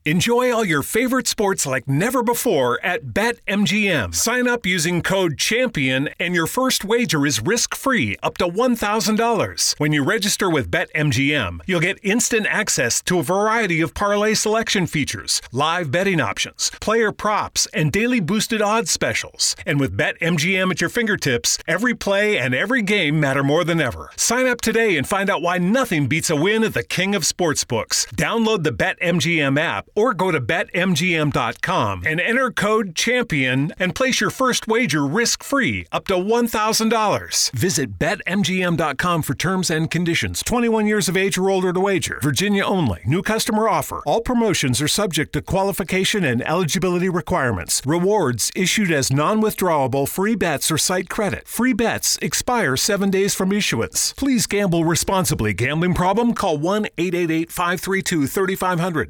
Enjoy all your favorite sports like never before at BetMGM. Sign up using code CHAMPION and your first wager is risk-free up to $1,000. When you register with BetMGM, you'll get instant access to a variety of parlay selection features, live betting options, player props, and daily boosted odds specials. And with BetMGM at your fingertips, every play and every game matter more than ever. Sign up today and find out why nothing beats a win at the King of Sportsbooks. Download the BetMGM app or go to BetMGM.com and enter code CHAMPION and place your first wager risk-free up to $1,000. Visit BetMGM.com for terms and conditions. 21 years of age or older to wager. Virginia only. New customer offer. All promotions are subject to qualification and eligibility requirements. Rewards issued as non-withdrawable free bets or site credit. Free bets expire 7 days from issuance. Please gamble responsibly. Gambling problem? Call 1-888-532-3500.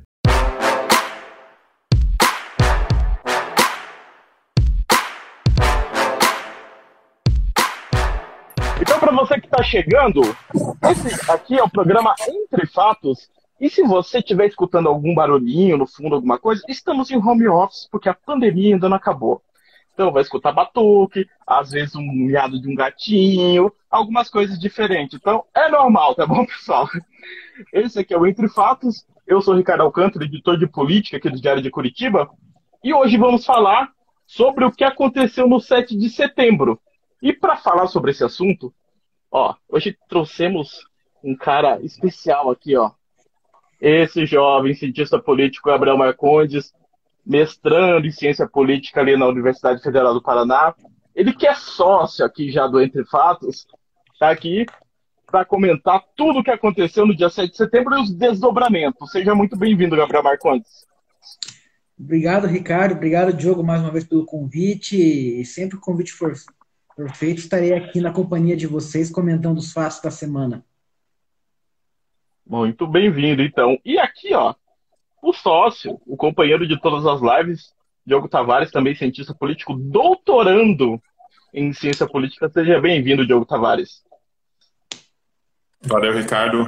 Então, para você que está chegando, esse aqui é o programa Entre Fatos. E se você estiver escutando algum barulhinho no fundo, alguma coisa, estamos em home office porque a pandemia ainda não acabou. Então vai escutar batuque, às vezes um miado de um gatinho, algumas coisas diferentes. Então é normal, tá bom, pessoal? Esse aqui é o Entre Fatos. Eu sou o Ricardo Alcântara, editor de política aqui do Diário de Curitiba. E hoje vamos falar sobre o que aconteceu no 7 de setembro. E para falar sobre esse assunto, hoje trouxemos um cara especial aqui, Esse jovem cientista político, Gabriel Marcondes, mestrando em ciência política ali na Universidade Federal do Paraná. Ele que é sócio aqui já do Entre Fatos, está aqui para comentar tudo o que aconteceu no dia 7 de setembro e os desdobramentos. Seja muito bem-vindo, Gabriel Marcondes. Obrigado, Ricardo. Obrigado, Diogo, mais uma vez pelo convite. E sempre que o convite for feito, estarei aqui na companhia de vocês comentando os fatos da semana. Muito bem-vindo, então. E aqui, o sócio, o companheiro de todas as lives, Diogo Tavares, também cientista político, doutorando em ciência política. Seja bem-vindo, Diogo Tavares. Valeu, Ricardo.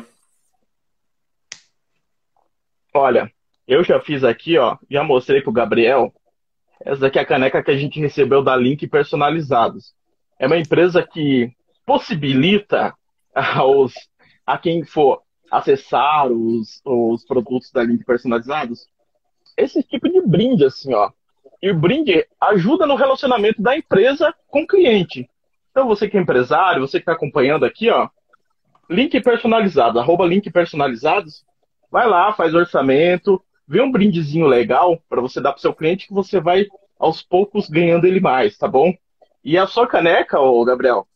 Olha, eu já fiz aqui, já mostrei pro Gabriel. Essa daqui é a caneca que a gente recebeu da Link Personalizados. É uma empresa que possibilita a quem for acessar os produtos da Link Personalizados esse tipo de brinde, assim, E o brinde ajuda no relacionamento da empresa com o cliente. Então, você que é empresário, você que está acompanhando aqui, Link Personalizados, @Link Personalizados, vai lá, faz orçamento, vê um brindezinho legal para você dar para o seu cliente que você vai, aos poucos, ganhando ele mais, tá bom? E a sua caneca, Gabriel,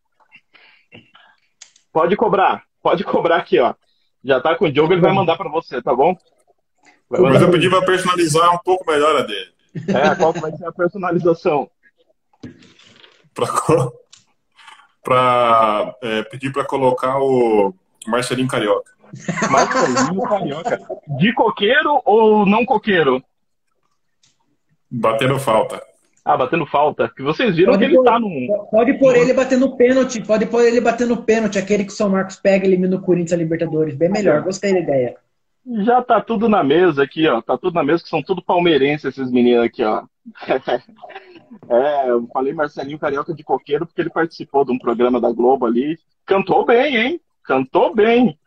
pode cobrar aqui, Já tá com o Diogo, ele vai mandar para você, tá bom? Mas eu pedi para personalizar um pouco melhor a dele. Qual que vai ser a personalização? Pedir para colocar o Marcelinho Carioca. Marcelinho Carioca. De coqueiro ou não coqueiro? Batendo falta. Batendo falta. Que vocês viram que ele tá num... Pode pôr ele batendo pênalti. Aquele que o São Marcos pega e elimina o Corinthians a Libertadores. Bem melhor, gostei da ideia. Já tá tudo na mesa aqui, Tá tudo na mesa, que são tudo palmeirenses esses meninos aqui, Eu falei Marcelinho Carioca de coqueiro porque ele participou de um programa da Globo ali. Cantou bem, hein? Cantou bem.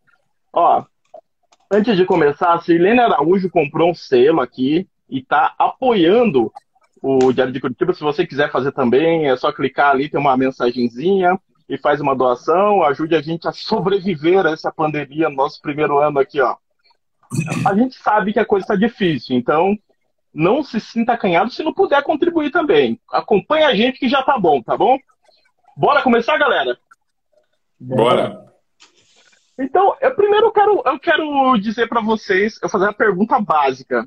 Antes de começar, a Sirlene Araújo comprou um selo aqui e tá apoiando o Diário de Curitiba. Se você quiser fazer também, é só clicar ali, tem uma mensagenzinha e faz uma doação. Ajude a gente a sobreviver a essa pandemia no nosso primeiro ano aqui, A gente sabe que a coisa está difícil, então não se sinta acanhado se não puder contribuir também. Acompanha a gente que já tá bom, tá bom? Bora começar, galera? Bora! Então, eu quero dizer para vocês, eu fazer uma pergunta básica.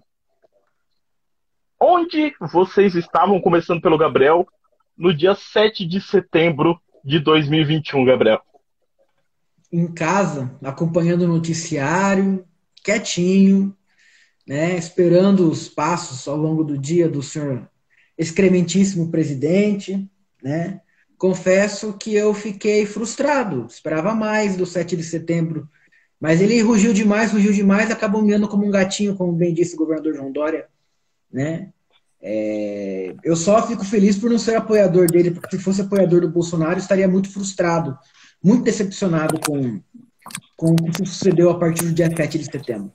Onde vocês estavam, começando pelo Gabriel, no dia 7 de setembro de 2021, Gabriel? Em casa, acompanhando o noticiário, quietinho, né, esperando os passos ao longo do dia do senhor excrementíssimo presidente, né? Confesso que eu fiquei frustrado, esperava mais do 7 de setembro Mas ele rugiu demais, acabou mirando como um gatinho, como bem disse o governador João Dória, né? Eu só fico feliz por não ser apoiador dele, porque se fosse apoiador do Bolsonaro, estaria muito frustrado, muito decepcionado com o que sucedeu a partir do dia 7 de setembro.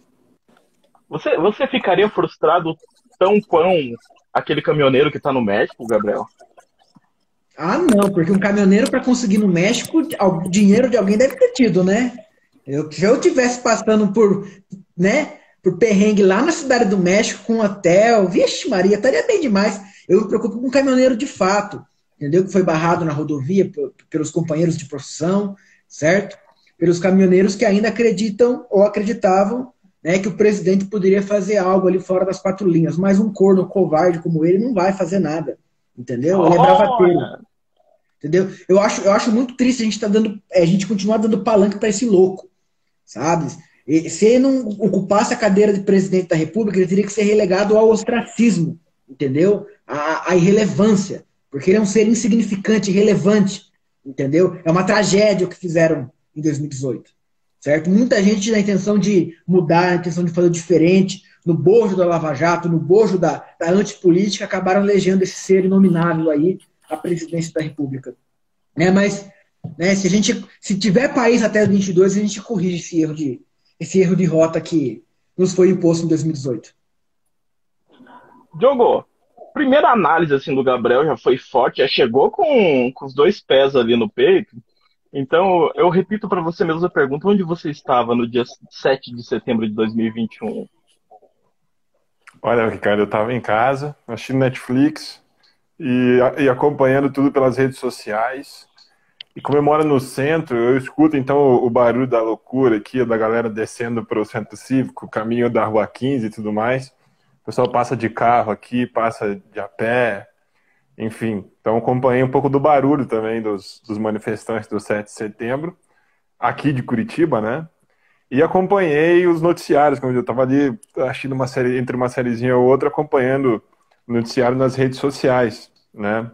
Você ficaria frustrado tão quão aquele caminhoneiro que tá no México, Gabriel? Ah, não, porque um caminhoneiro para conseguir no México, o dinheiro de alguém deve ter tido, né? Se eu tivesse passando por perrengue lá na cidade do México com um hotel, vixe Maria, estaria bem demais. Eu me preocupo com um caminhoneiro de fato, entendeu? Que foi barrado na rodovia pelos companheiros de profissão, certo? Pelos caminhoneiros que ainda acreditam ou acreditavam, né, que o presidente poderia fazer algo ali fora das quatro linhas, mas um corno covarde como ele não vai fazer nada, entendeu? Ele é bravateiro, entendeu? Eu acho muito triste a gente continuar dando palanque para esse louco, sabe? E se ele não ocupasse a cadeira de presidente da República, ele teria que ser relegado ao ostracismo, entendeu? À irrelevância, porque ele é um ser insignificante, irrelevante, entendeu? É uma tragédia o que fizeram em 2018, certo? Muita gente na intenção de mudar, na intenção de fazer diferente, no bojo da Lava Jato, no bojo da antipolítica, acabaram elegendo esse ser inominável aí à presidência da República. Mas, né, se tiver país até 22, a gente corrige esse erro de rota que nos foi imposto em 2018. Diogo, primeira análise assim, do Gabriel já foi forte, já chegou com os dois pés ali no peito. Então, eu repito para você mesmo a pergunta: onde você estava no dia 7 de setembro de 2021? Olha, Ricardo, eu estava em casa, assistindo Netflix e acompanhando tudo pelas redes sociais. E como eu moro no centro, eu escuto então o barulho da loucura aqui, da galera descendo para o centro cívico, caminho da Rua 15 e tudo mais. O pessoal passa de carro aqui, passa de a pé, enfim. Então acompanhei um pouco do barulho também dos manifestantes do 7 de setembro, aqui de Curitiba, né? E acompanhei os noticiários, como eu estava ali assistindo uma série, entre uma sériezinha ou outra, acompanhando o noticiário nas redes sociais, né?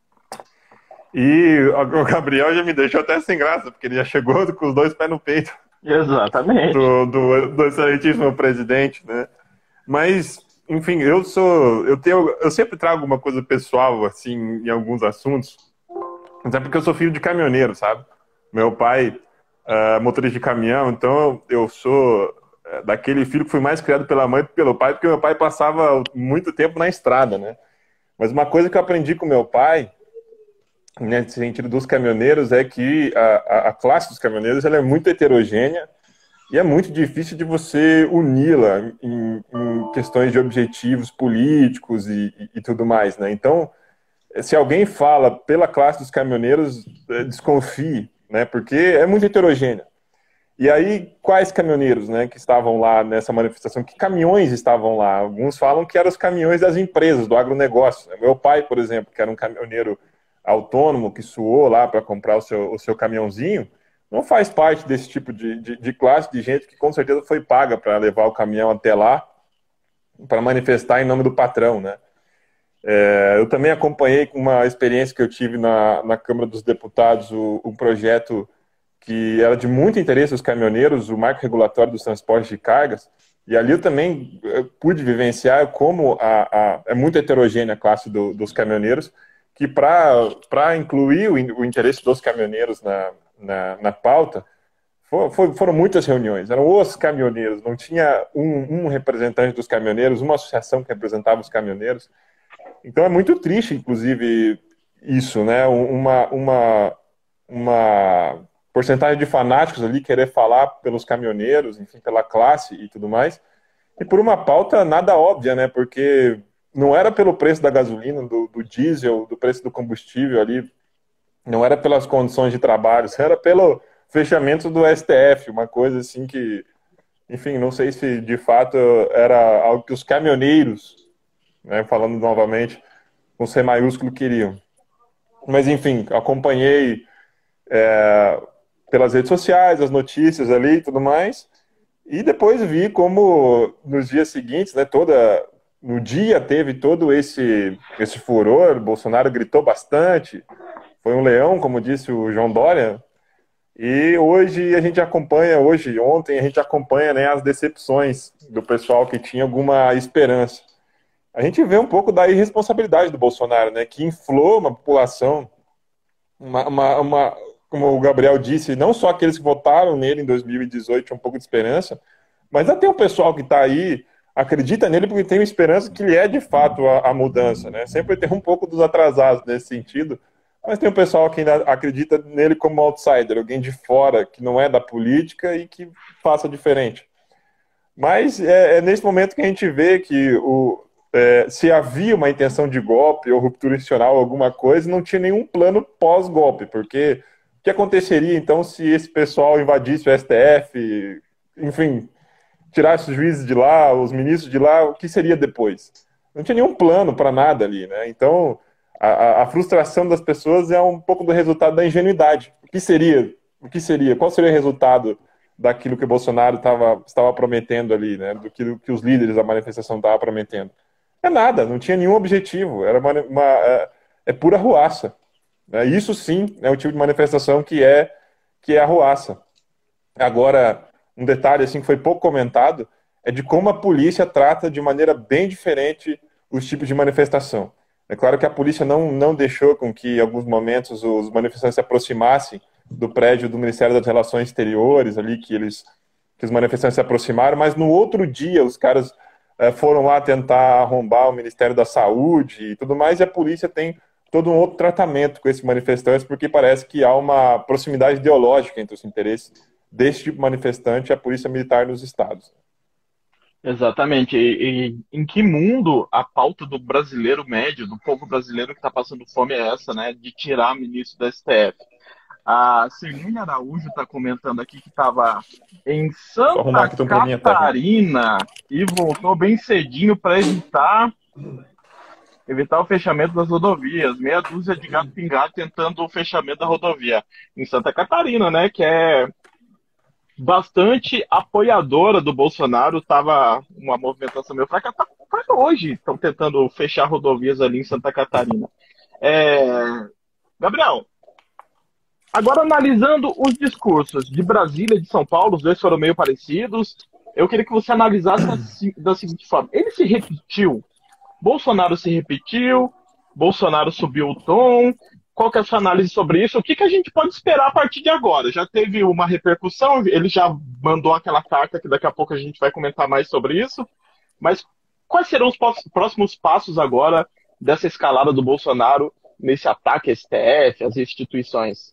E o Gabriel já me deixou até sem graça, porque ele já chegou com os dois pés no peito. Exatamente. Do excelentíssimo presidente, né? Mas, enfim, eu sempre trago uma coisa pessoal, assim, em alguns assuntos, até porque eu sou filho de caminhoneiro, sabe? Meu pai motorista de caminhão, então eu sou daquele filho que foi mais criado pela mãe do que pelo pai, porque meu pai passava muito tempo na estrada, né? Mas uma coisa que eu aprendi com meu pai, nesse sentido dos caminhoneiros, é que a classe dos caminhoneiros ela é muito heterogênea e é muito difícil de você uni-la em questões de objetivos políticos e tudo mais, né? Então, se alguém fala pela classe dos caminhoneiros, desconfie, né? Porque é muito heterogênea. E aí, quais caminhoneiros, né, que estavam lá nessa manifestação? Que caminhões estavam lá? Alguns falam que eram os caminhões das empresas, do agronegócio. Meu pai, por exemplo, que era um caminhoneiro autônomo, que suou lá para comprar o seu caminhãozinho, não faz parte desse tipo de classe de gente que com certeza foi paga para levar o caminhão até lá para manifestar em nome do patrão, né? Eu também acompanhei uma experiência que eu tive na Câmara dos Deputados, um projeto que era de muito interesse dos caminhoneiros, o Marco Regulatório dos Transportes de Cargas, e ali eu também pude vivenciar como é muito heterogênea a classe dos caminhoneiros, que para incluir o interesse dos caminhoneiros na pauta, foram muitas reuniões, eram os caminhoneiros, não tinha um representante dos caminhoneiros, uma associação que representava os caminhoneiros. Então é muito triste, inclusive, isso, né? Uma porcentagem de fanáticos ali querer falar pelos caminhoneiros, enfim, pela classe e tudo mais, e por uma pauta nada óbvia, né? Porque não era pelo preço da gasolina, do diesel, do preço do combustível ali, não era pelas condições de trabalho, era pelo fechamento do STF, uma coisa assim que, enfim, não sei se de fato era algo que os caminhoneiros, né, falando novamente, com C maiúsculo, queriam. Mas, enfim, acompanhei pelas redes sociais, as notícias ali e tudo mais, e depois vi como nos dias seguintes, né, no dia teve todo esse furor, Bolsonaro gritou bastante, foi um leão, como disse o João Dória, E hoje a gente acompanha, ontem a gente acompanha, né, as decepções do pessoal que tinha alguma esperança. A gente vê um pouco da irresponsabilidade do Bolsonaro, né, que inflou uma população, como o Gabriel disse, não só aqueles que votaram nele em 2018 tinham um pouco de esperança, mas até o pessoal que está aí acredita nele porque tem esperança que ele é de fato a mudança, né? Sempre tem um pouco dos atrasados nesse sentido, mas tem o pessoal que ainda acredita nele como outsider, alguém de fora que não é da política e que faça diferente. Mas é nesse momento que a gente vê que se havia uma intenção de golpe ou ruptura institucional, alguma coisa, não tinha nenhum plano pós-golpe, porque o que aconteceria então se esse pessoal invadisse o STF, enfim, tirasse os juízes de lá, os ministros de lá, o que seria depois? Não tinha nenhum plano para nada ali, né? Então, a frustração das pessoas é um pouco do resultado da ingenuidade. O que seria? Qual seria o resultado daquilo que o Bolsonaro estava prometendo ali, né? Do que os líderes da manifestação estavam prometendo? É nada, não tinha nenhum objetivo. Era pura arruaça. Isso sim é o tipo de manifestação que é arruaça. Agora, um detalhe assim que foi pouco comentado é de como a polícia trata de maneira bem diferente os tipos de manifestação. É claro que a polícia não deixou com que, em alguns momentos, os manifestantes se aproximassem do prédio do Ministério das Relações Exteriores, ali que os manifestantes se aproximaram, mas no outro dia os caras foram lá tentar arrombar o Ministério da Saúde e tudo mais, e a polícia tem todo um outro tratamento com esses manifestantes, porque parece que há uma proximidade ideológica entre os interesses desse tipo de manifestante e a polícia militar nos estados. Exatamente. E em que mundo a pauta do brasileiro médio, do povo brasileiro que está passando fome é essa, né? De tirar ministro da STF. A Celina Araújo está comentando aqui que estava em Santa Catarina e voltou bem cedinho para evitar o fechamento das rodovias. Meia dúzia de gato pingado tentando o fechamento da rodovia. Em Santa Catarina, né? Que é bastante apoiadora do Bolsonaro. Tava uma movimentação meio fraca. Tá hoje estão tentando fechar rodovias ali em Santa Catarina. Gabriel, agora analisando os discursos de Brasília e de São Paulo, os dois foram meio parecidos. Eu queria que você analisasse da seguinte forma. Ele se repetiu. Bolsonaro se repetiu. Bolsonaro subiu o tom. Qual que é a sua análise sobre isso? O que a gente pode esperar a partir de agora? Já teve uma repercussão, ele já mandou aquela carta que daqui a pouco a gente vai comentar mais sobre isso. Mas quais serão os próximos passos agora dessa escalada do Bolsonaro nesse ataque à STF, às instituições?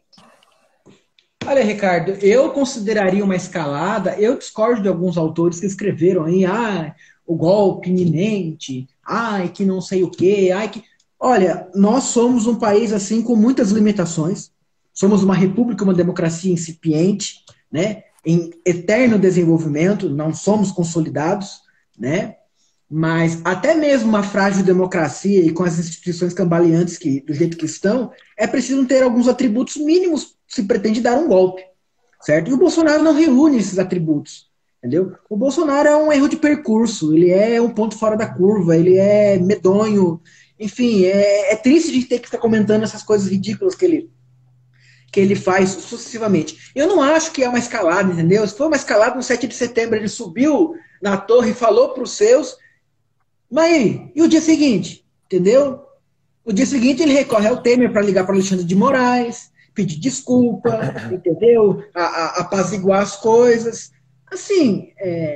Olha, Ricardo, eu consideraria uma escalada, eu discordo de alguns autores que escreveram aí, o golpe iminente, que não sei o quê, que... Olha, nós somos um país assim com muitas limitações, somos uma república, uma democracia incipiente, né, em eterno desenvolvimento, não somos consolidados, né, mas até mesmo uma frágil democracia e com as instituições cambaleantes do jeito que estão, é preciso ter alguns atributos mínimos se pretende dar um golpe, certo? E o Bolsonaro não reúne esses atributos, entendeu? O Bolsonaro é um erro de percurso, ele é um ponto fora da curva, ele é medonho. Enfim, é triste de ter que estar comentando essas coisas ridículas que ele faz sucessivamente. Eu não acho que é uma escalada, entendeu? Se foi uma escalada no 7 de setembro, ele subiu na torre e falou para os seus, mas e o dia seguinte? Entendeu? O dia seguinte ele recorre ao Temer para ligar para Alexandre de Moraes, pedir desculpa, entendeu? Apaziguar as coisas. Assim,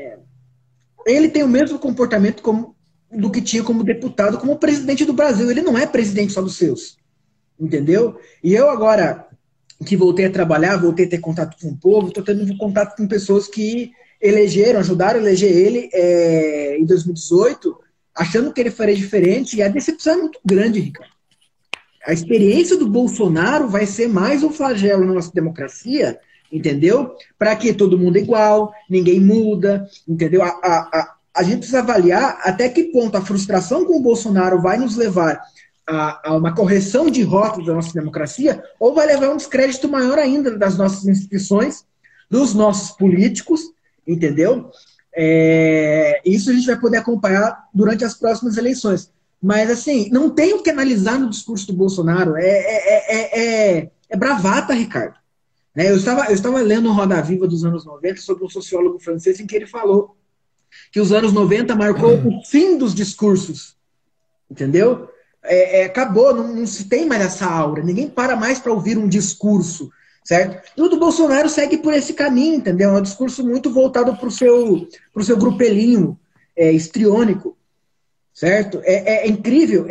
ele tem o mesmo comportamento do que tinha como deputado, como presidente do Brasil. Ele não é presidente só dos seus, entendeu? E eu agora, que voltei a trabalhar, voltei a ter contato com o povo, estou tendo contato com pessoas que ajudaram a eleger ele em 2018, achando que ele faria diferente, e a decepção é muito grande, Ricardo. A experiência do Bolsonaro vai ser mais um flagelo na nossa democracia, entendeu? Para que todo mundo é igual, ninguém muda, entendeu? A gente precisa avaliar até que ponto a frustração com o Bolsonaro vai nos levar a uma correção de rota da nossa democracia, ou vai levar a um descrédito maior ainda das nossas instituições, dos nossos políticos, entendeu? Isso a gente vai poder acompanhar durante as próximas eleições. Mas, assim, não tem o que analisar no discurso do Bolsonaro. É bravata, Ricardo. Né? Eu estava lendo o Roda Viva dos anos 90 sobre um sociólogo francês em que ele falou que os anos 90 marcou o fim dos discursos, entendeu? Acabou, não se tem mais essa aura, ninguém para mais para ouvir um discurso, certo? E o do Bolsonaro segue por esse caminho, entendeu? É um discurso muito voltado para o seu grupelinho histriônico, certo? É incrível,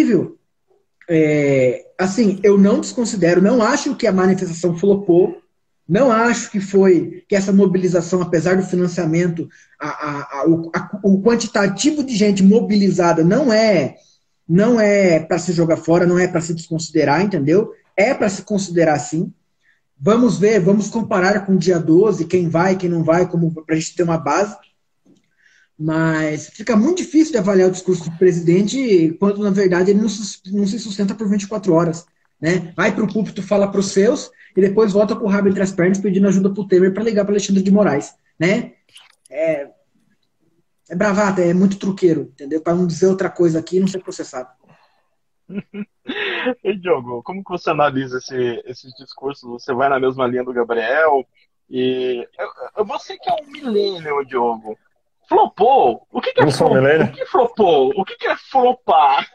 assim, eu não desconsidero, não acho que a manifestação flopou, não acho que essa mobilização, apesar do financiamento, o quantitativo de gente mobilizada não é para se jogar fora, não é para se desconsiderar, entendeu? É para se considerar sim. Vamos ver, vamos comparar com o dia 12, quem vai, quem não vai, para a gente ter uma base. Mas fica muito difícil de avaliar o discurso do presidente quando, na verdade, ele não se sustenta por 24 horas. Né? Vai para o púlpito, fala para os seus, e depois volta com o rabo entre as pernas pedindo ajuda para o Temer para ligar para Alexandre de Moraes. Né? É bravata, é muito truqueiro, entendeu? Para não dizer outra coisa aqui e não ser processado. E, Diogo, como que você analisa esses discursos? Você vai na mesma linha do Gabriel? E você que é um millennial, Diogo. Flopou? O que é flopar? O que flopou? O que é flopar?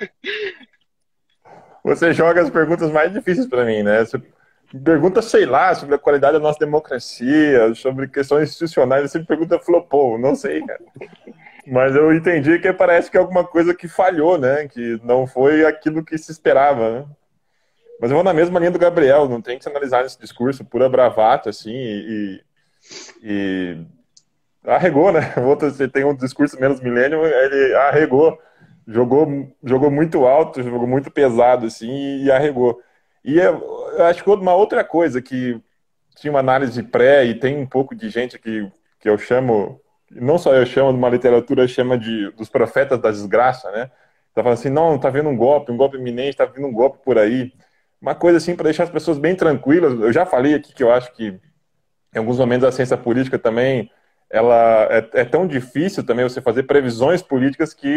Você joga as perguntas mais difíceis para mim, né? Você pergunta, sei lá, sobre a qualidade da nossa democracia, sobre questões institucionais. Você me pergunta flopou, não sei, cara. Mas eu entendi que parece que é alguma coisa que falhou, né? Que não foi aquilo que se esperava, né? Mas eu vou na mesma linha do Gabriel, não tem que se analisar nesse discurso, pura bravata, assim, e arregou, né? Você tem um discurso menos millennial, ele arregou, jogou muito alto, jogou muito pesado, assim, e arregou. E eu acho que uma outra coisa que tinha uma análise pré, e tem um pouco de gente que eu chamo, não só eu chamo, numa literatura chama dos profetas da desgraça, né? Tá falando assim, não, tá vendo um golpe iminente, tá vindo um golpe por aí. Uma coisa assim para deixar as pessoas bem tranquilas. Eu já falei aqui que eu acho que em alguns momentos a ciência política também ela é tão difícil também você fazer previsões políticas que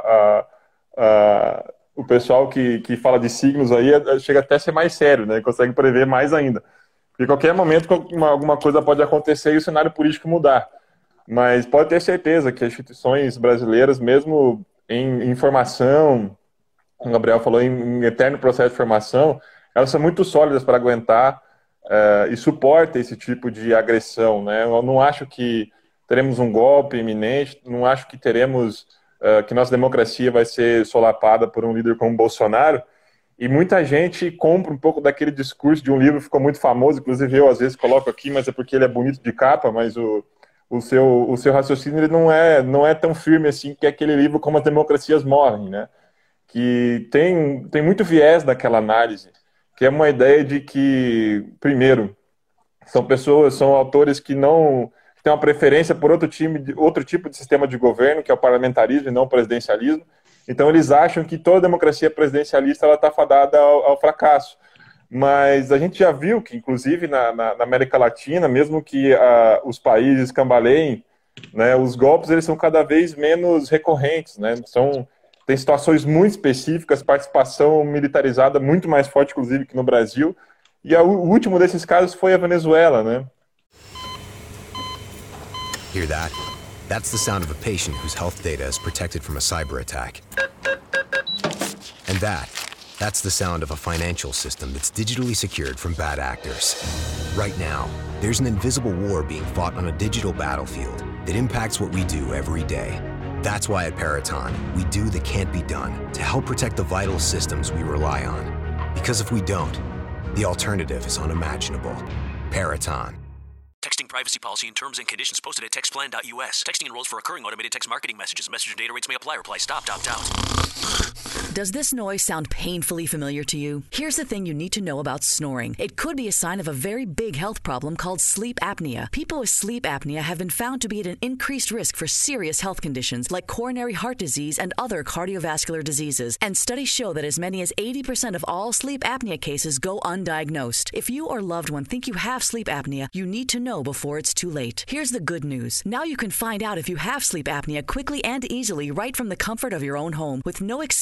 o pessoal que fala de signos aí chega até a ser mais sério, né? Consegue prever mais ainda. Porque em qualquer momento alguma coisa pode acontecer e o cenário político mudar. Mas pode ter certeza que as instituições brasileiras, mesmo em formação, como o Gabriel falou, em eterno processo de formação, elas são muito sólidas para aguentar e suportam esse tipo de agressão, né? Eu não acho que teremos um golpe iminente, não acho que teremos que nossa democracia vai ser solapada por um líder como Bolsonaro, e muita gente compra um pouco daquele discurso de um livro que ficou muito famoso, inclusive eu às vezes coloco aqui, mas é porque ele é bonito de capa, mas o seu raciocínio ele não é tão firme assim, que é aquele livro Como as Democracias Morrem, né? Que tem muito viés daquela análise, que é uma ideia de que, primeiro, são autores que não têm uma preferência por outro tipo de sistema de governo, que é o parlamentarismo e não o presidencialismo. Então eles acham que toda democracia presidencialista está fadada ao fracasso. Mas a gente já viu que, inclusive, na América Latina, mesmo que os países cambaleiem, né, os golpes eles são cada vez menos recorrentes, né? Tem situações muito específicas, participação militarizada muito mais forte, inclusive, que no Brasil. E o último desses casos foi a Venezuela, né? Hear that? That's the sound of a patient whose health data is protected from a cyber attack. And that's the sound of a financial system that's digitally secured from bad actors. Right now, there's an invisible war being fought on a digital battlefield that impacts what we do every day. That's why at Peraton, we do the can't be done to help protect the vital systems we rely on. Because if we don't, the alternative is unimaginable. Peraton. Texting privacy policy and terms and conditions posted at textplan.us. Texting enrolls for recurring automated text marketing messages. Message and data rates may apply. Reply stop, opt out. Does this noise sound painfully familiar to you? Here's the thing you need to know about snoring. It could be a sign of a very big health problem called sleep apnea. People with sleep apnea have been found to be at an increased risk for serious health conditions like coronary heart disease and other cardiovascular diseases. And studies show that as many as 80% of all sleep apnea cases go undiagnosed. If you or loved one think you have sleep apnea, you need to know before it's too late. Here's the good news. Now you can find out if you have sleep apnea quickly and easily right from the comfort of your own home with no expensive or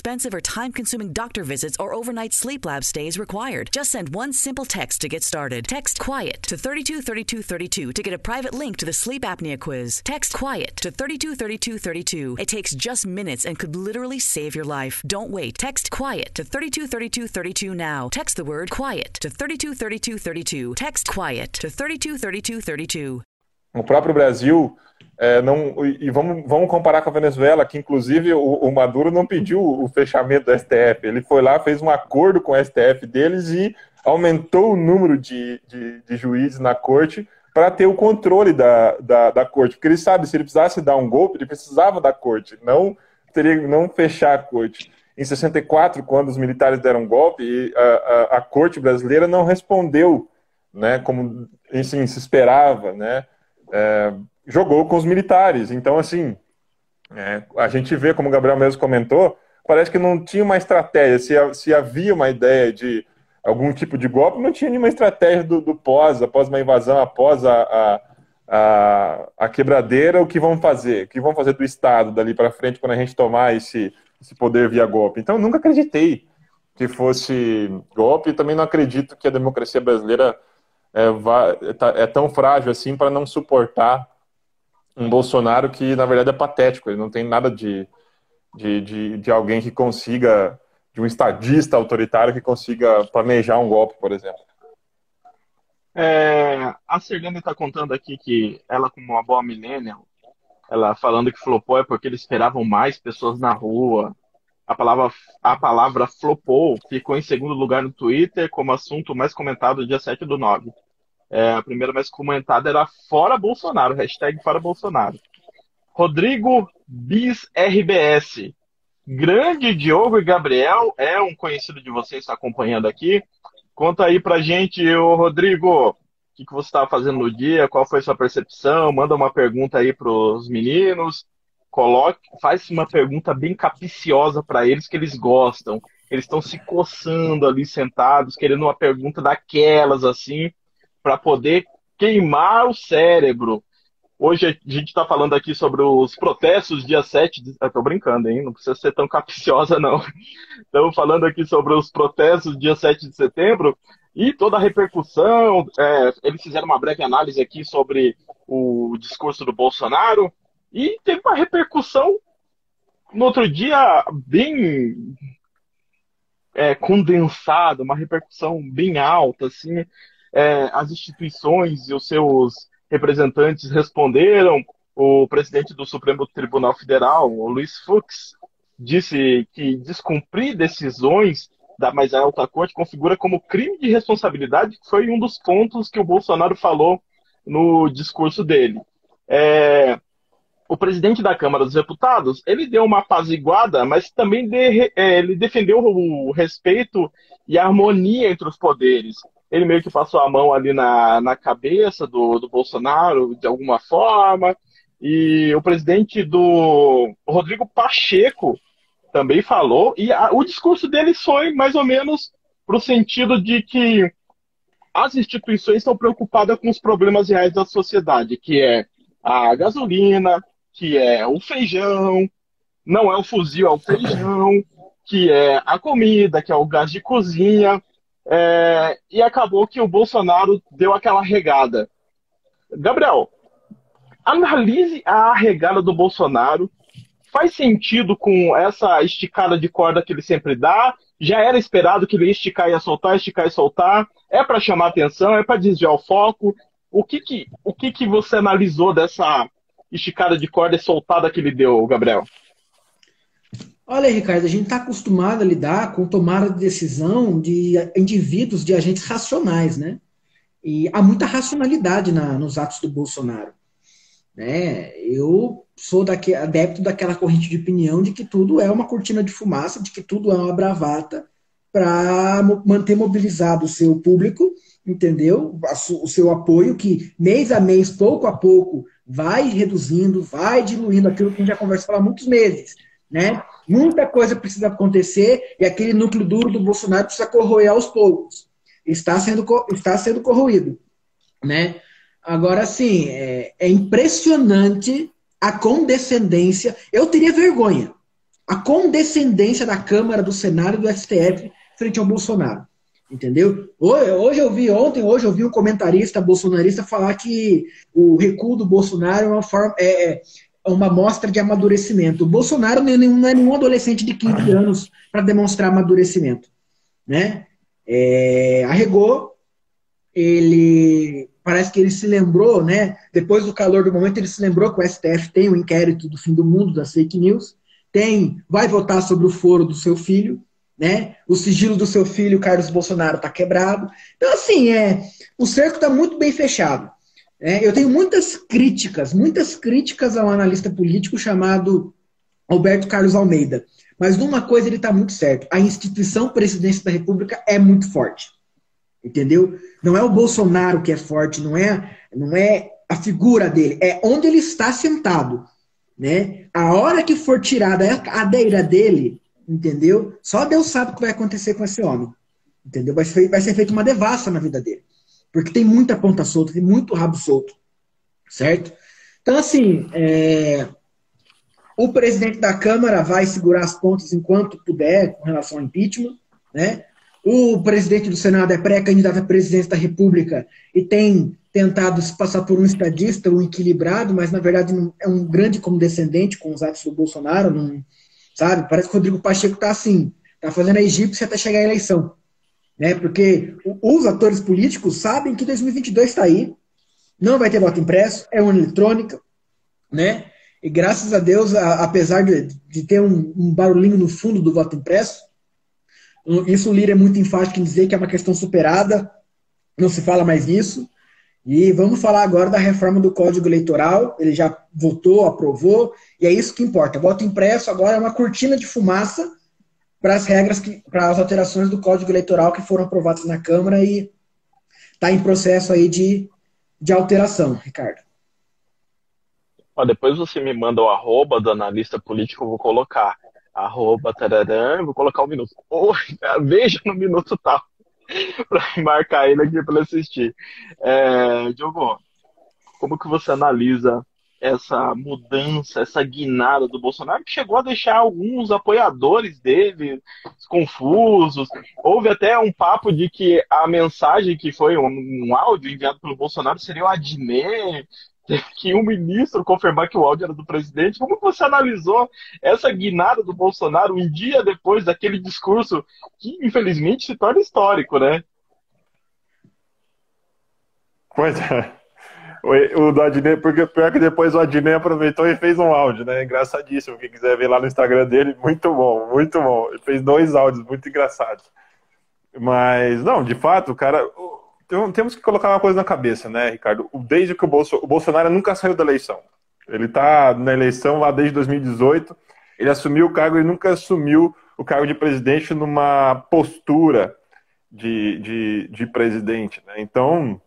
time-consuming doctor visits or overnight sleep lab stays required. Just send one simple text to get started. Text QUIET to 323232 to get a private link to the sleep apnea quiz. Text QUIET to 323232. It takes just minutes and could literally save your life. Don't wait. Text QUIET to 323232 now. Text the word QUIET to 323232. Text QUIET to 323232. O próprio Brasil, vamos comparar com a Venezuela, que inclusive o Maduro não pediu o fechamento do STF. Ele foi lá, fez um acordo com o STF deles e aumentou o número de juízes na corte para ter o controle da corte. Porque ele sabe, se ele precisasse dar um golpe, ele precisava da corte, não fechar a corte. Em 64, quando os militares deram um golpe, a corte brasileira não respondeu, né, como assim, se esperava, né? Jogou com os militares. Então, assim, a gente vê, como o Gabriel mesmo comentou, parece que não tinha uma estratégia. Se havia uma ideia de algum tipo de golpe, não tinha nenhuma estratégia após uma invasão, após a quebradeira, o que vão fazer? O que vão fazer do Estado dali para frente quando a gente tomar esse poder via golpe? Então, eu nunca acreditei que fosse golpe e também não acredito que a democracia brasileira é tão frágil assim para não suportar um Bolsonaro que, na verdade, é patético. Ele não tem nada de alguém que consiga, de um estadista autoritário que consiga planejar um golpe, por exemplo. A Sirlene está contando aqui que ela, como uma boa millennial, ela falando que flopou é porque eles esperavam mais pessoas na rua. A palavra flopou ficou em segundo lugar no Twitter como assunto mais comentado dia 7/9. A primeira mais comentada era fora Bolsonaro, hashtag fora Bolsonaro. Rodrigo Bis RBS. Grande Diogo e Gabriel, é um conhecido de vocês, está acompanhando aqui. Conta aí pra gente, Rodrigo, o que você estava fazendo no dia, qual foi a sua percepção, manda uma pergunta aí pros meninos, faz uma pergunta bem capiciosa para eles, que eles gostam. Eles estão se coçando ali sentados, querendo uma pergunta daquelas assim, para poder queimar o cérebro. Hoje a gente está falando aqui sobre os protestos dia 7 de... Eu tô brincando, hein? Não precisa ser tão capciosa, não. Estamos falando aqui sobre os protestos dia 7 de setembro e toda a repercussão. Eles fizeram uma breve análise aqui sobre o discurso do Bolsonaro e teve uma repercussão no outro dia bem condensada, uma repercussão bem alta, assim. As instituições e os seus representantes responderam. O presidente do Supremo Tribunal Federal, o Luiz Fux, disse que descumprir decisões da mais alta corte configura como crime de responsabilidade, que foi um dos pontos que o Bolsonaro falou no discurso dele. O presidente da Câmara dos Deputados, ele deu uma apaziguada, mas também ele defendeu o respeito e a harmonia entre os poderes. Ele meio que passou a mão ali na cabeça do Bolsonaro, de alguma forma. E o presidente do Rodrigo Pacheco também falou. E o discurso dele foi mais ou menos para o sentido de que as instituições estão preocupadas com os problemas reais da sociedade, que é a gasolina, que é o feijão, não é o fuzil, é o feijão, que é a comida, que é o gás de cozinha. E acabou que o Bolsonaro deu aquela regada. Gabriel, analise a regada do Bolsonaro. Faz sentido com essa esticada de corda que ele sempre dá? Já era esperado que ele ia esticar e soltar? É para chamar atenção? É para desviar o foco? O que você analisou dessa esticada de corda e soltada que ele deu, Gabriel? Olha, Ricardo, a gente está acostumado a lidar com tomada de decisão de indivíduos, de agentes racionais, né? E há muita racionalidade nos atos do Bolsonaro. Né? Eu sou adepto daquela corrente de opinião de que tudo é uma cortina de fumaça, de que tudo é uma bravata para manter mobilizado o seu público, entendeu? O seu apoio, que mês a mês, pouco a pouco, vai reduzindo, vai diluindo aquilo que a gente já conversa há muitos meses. Né? Muita coisa precisa acontecer e aquele núcleo duro do Bolsonaro precisa corroer aos poucos. Está sendo corroído. Né? Agora, sim, é impressionante a condescendência. Eu teria vergonha a condescendência da Câmara, do Senado e do STF frente ao Bolsonaro. Entendeu? Hoje eu vi um comentarista bolsonarista falar que o recuo do Bolsonaro é uma mostra de amadurecimento. O Bolsonaro não é nenhum adolescente de 15 anos para demonstrar amadurecimento. Né? Arregou, ele parece que ele se lembrou, né? Depois do calor do momento, ele se lembrou que o STF tem um inquérito do fim do mundo das fake news, vai votar sobre o foro do seu filho, né? O sigilo do seu filho, Carlos Bolsonaro, está quebrado. Então, assim, o cerco está muito bem fechado. Eu tenho muitas críticas a um analista político chamado Alberto Carlos Almeida. Mas numa coisa ele está muito certo. A instituição Presidência da República é muito forte. Entendeu? Não é o Bolsonaro que é forte, não é a figura dele, é onde ele está sentado. Né? A hora que for tirada a cadeira dele, entendeu? Só Deus sabe o que vai acontecer com esse homem. Entendeu? Vai ser feita uma devassa na vida dele. Porque tem muita ponta solta, tem muito rabo solto. Certo? Então, assim, o presidente da Câmara vai segurar as pontas enquanto puder com relação ao impeachment, né? O presidente do Senado é pré-candidato à presidência da República e tem tentado se passar por um estadista, um equilibrado, mas na verdade é um grande condescendente com os atos do Bolsonaro, sabe? Parece que o Rodrigo Pacheco está assim, está fazendo a egípcia até chegar à eleição, né? Porque os atores políticos sabem que 2022 está aí, não vai ter voto impresso, é urna eletrônica, né? E graças a Deus, apesar de ter um barulhinho no fundo do voto impresso, isso o Lira é muito enfático em dizer que é uma questão superada, não se fala mais nisso. E vamos falar agora da reforma do Código Eleitoral. Ele já votou, aprovou, e é isso que importa. Voto impresso agora é uma cortina de fumaça para as regras, para as alterações do Código Eleitoral que foram aprovadas na Câmara e está em processo aí de alteração, Ricardo. Depois você me manda o @ do analista político, eu vou colocar @tararã, vou colocar o minuto. Veja no minuto tal, para marcar ele aqui para assistir. Diogo, como que você analisa essa mudança, essa guinada do Bolsonaro, que chegou a deixar alguns apoiadores dele confusos? Houve até um papo de que a mensagem que foi um áudio enviado pelo Bolsonaro seria o Adnet, que um ministro confirmar que o áudio era do presidente. Como você analisou essa guinada do Bolsonaro um dia depois daquele discurso que, infelizmente, se torna histórico, né? Pois é. O do Adnet, porque pior que depois o Adnet aproveitou e fez um áudio, né? Engraçadíssimo. Quem quiser ver lá no Instagram dele, muito bom, muito bom. Ele fez 2 áudios muito engraçados. Mas, não, de fato, o cara... Então, temos que colocar uma coisa na cabeça, né, Ricardo? Desde que o Bolsonaro nunca saiu da eleição. Ele está na eleição lá desde 2018. Ele assumiu o cargo e nunca assumiu o cargo de presidente numa postura de presidente, né? Então,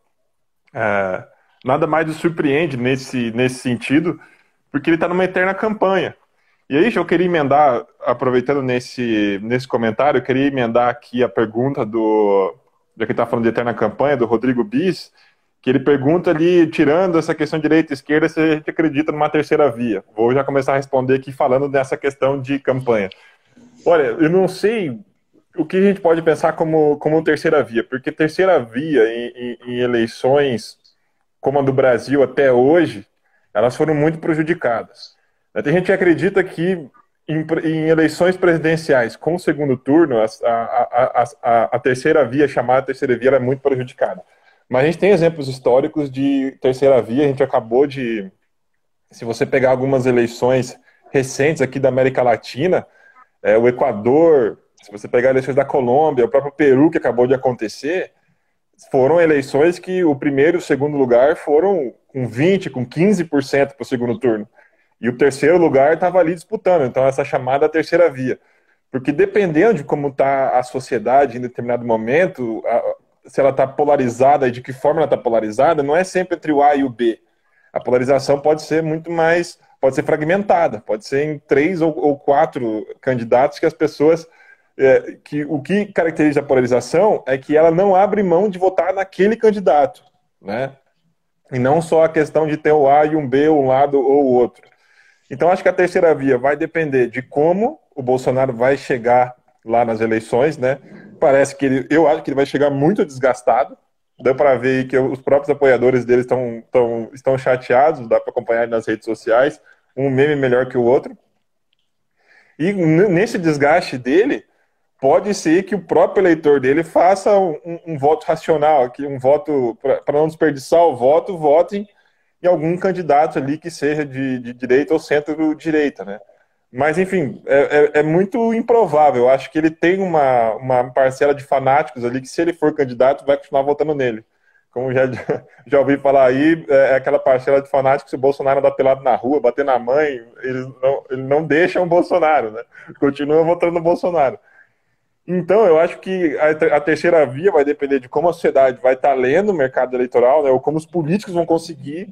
nada mais nos surpreende nesse sentido, porque ele está numa eterna campanha. E aí, eu queria emendar, aproveitando nesse comentário, eu queria emendar aqui a pergunta já que está falando de eterna campanha, do Rodrigo Bis, que ele pergunta ali, tirando essa questão de direita e esquerda, se a gente acredita numa terceira via. Vou já começar a responder aqui falando dessa questão de campanha. Olha, eu não sei o que a gente pode pensar como terceira via, porque terceira via em eleições como a do Brasil até hoje, elas foram muito prejudicadas. Tem gente que acredita que em eleições presidenciais com o segundo turno, a terceira via, chamada terceira via, ela é muito prejudicada. Mas a gente tem exemplos históricos de terceira via. A gente acabou de... Se você pegar algumas eleições recentes aqui da América Latina, o Equador, se você pegar eleições da Colômbia, o próprio Peru, que acabou de acontecer, foram eleições que o primeiro e o segundo lugar foram com 20%, com 15% para o segundo turno. E o terceiro lugar estava ali disputando. Então, essa chamada terceira via. Porque dependendo de como está a sociedade em determinado momento, se ela está polarizada e de que forma ela está polarizada, não é sempre entre o A e o B. A polarização pode ser muito mais... Pode ser fragmentada. Pode ser em 3 ou 4 candidatos que as pessoas... o que caracteriza a polarização é que ela não abre mão de votar naquele candidato, né? E não só a questão de ter o A e um B, um lado ou o outro. Então, acho que a terceira via vai depender de como o Bolsonaro vai chegar lá nas eleições, né? Parece que eu acho que ele vai chegar muito desgastado. Dá para ver que os próprios apoiadores dele estão chateados, dá para acompanhar nas redes sociais, um meme melhor que o outro. E nesse desgaste dele, pode ser que o próprio eleitor dele faça um voto racional, um voto, para não desperdiçar o voto, votem em algum candidato ali que seja de direita ou centro-direita, né? Mas, enfim, é muito improvável. Eu acho que ele tem uma parcela de fanáticos ali que, se ele for candidato, vai continuar votando nele. Como já ouvi falar aí, é aquela parcela de fanáticos, se o Bolsonaro andar pelado na rua, bater na mãe, eles não deixam o Bolsonaro, né? Continuam votando no Bolsonaro. Então, eu acho que a terceira via vai depender de como a sociedade vai estar lendo o mercado eleitoral, né, ou como os políticos vão conseguir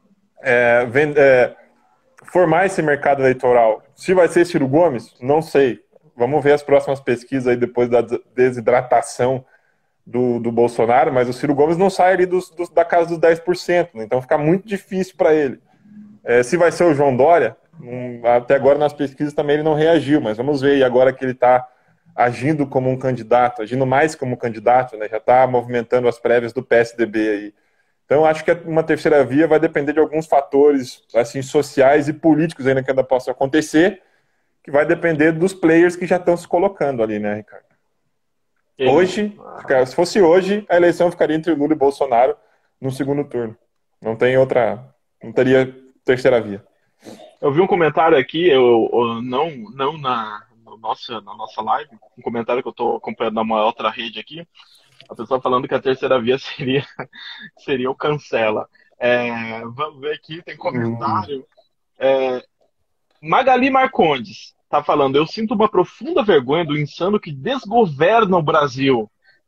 formar esse mercado eleitoral. Se vai ser Ciro Gomes, não sei. Vamos ver as próximas pesquisas aí depois da desidratação do Bolsonaro, mas o Ciro Gomes não sai ali da casa dos 10%, né, então fica muito difícil para ele. Se vai ser o João Dória, até agora nas pesquisas também ele não reagiu, mas vamos ver aí agora que ele está agindo como um candidato, agindo mais como candidato, né? Já está movimentando as prévias do PSDB aí. Então, acho que uma terceira via vai depender de alguns fatores assim, sociais e políticos ainda que ainda possam acontecer, que vai depender dos players que já estão se colocando ali, né, Ricardo? Hoje, se fosse hoje, a eleição ficaria entre Lula e Bolsonaro no segundo turno. Não teria terceira via. Eu vi um comentário aqui, não na nossa live, um comentário que eu estou acompanhando numa outra rede aqui, a pessoa falando que a terceira via seria o cancela. Vamos ver aqui, tem comentário. Magali Marcondes está falando: eu sinto uma profunda vergonha do insano que desgoverna o Brasil.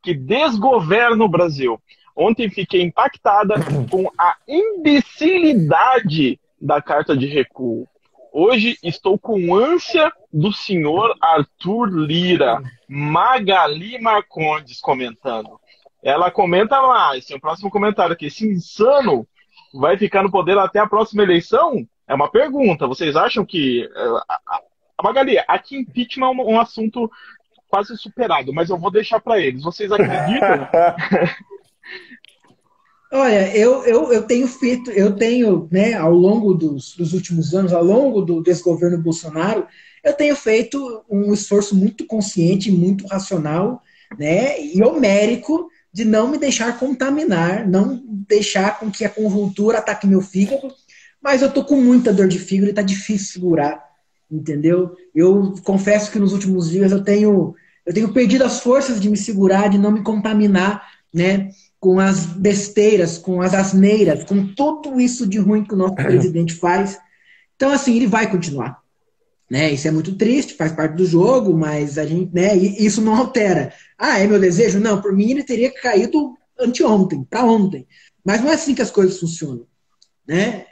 Ontem fiquei impactada com a imbecilidade da carta de recuo. Hoje estou com ânsia do senhor Arthur Lira. Magali Marcondes comentando. Ela comenta mais, tem o próximo comentário aqui. Esse insano vai ficar no poder até a próxima eleição? É uma pergunta. Vocês acham que... Magali, aqui impeachment é um assunto quase superado, mas eu vou deixar para eles. Vocês acreditam? Olha, eu tenho, né, ao longo dos últimos anos, ao longo do desgoverno Bolsonaro, eu tenho feito um esforço muito consciente, muito racional, né, e homérico de não me deixar contaminar, não deixar com que a conjuntura ataque meu fígado, mas eu tô com muita dor de fígado e tá difícil segurar, entendeu? Eu confesso que nos últimos dias eu tenho perdido as forças de me segurar, de não me contaminar, né, com as besteiras, com as asneiras, com tudo isso de ruim que o nosso presidente faz. Então, assim, ele vai continuar. Né? Isso é muito triste, faz parte do jogo, mas a gente, né, isso não altera. É meu desejo? Não, por mim ele teria caído anteontem, para ontem. Mas não é assim que as coisas funcionam. Né?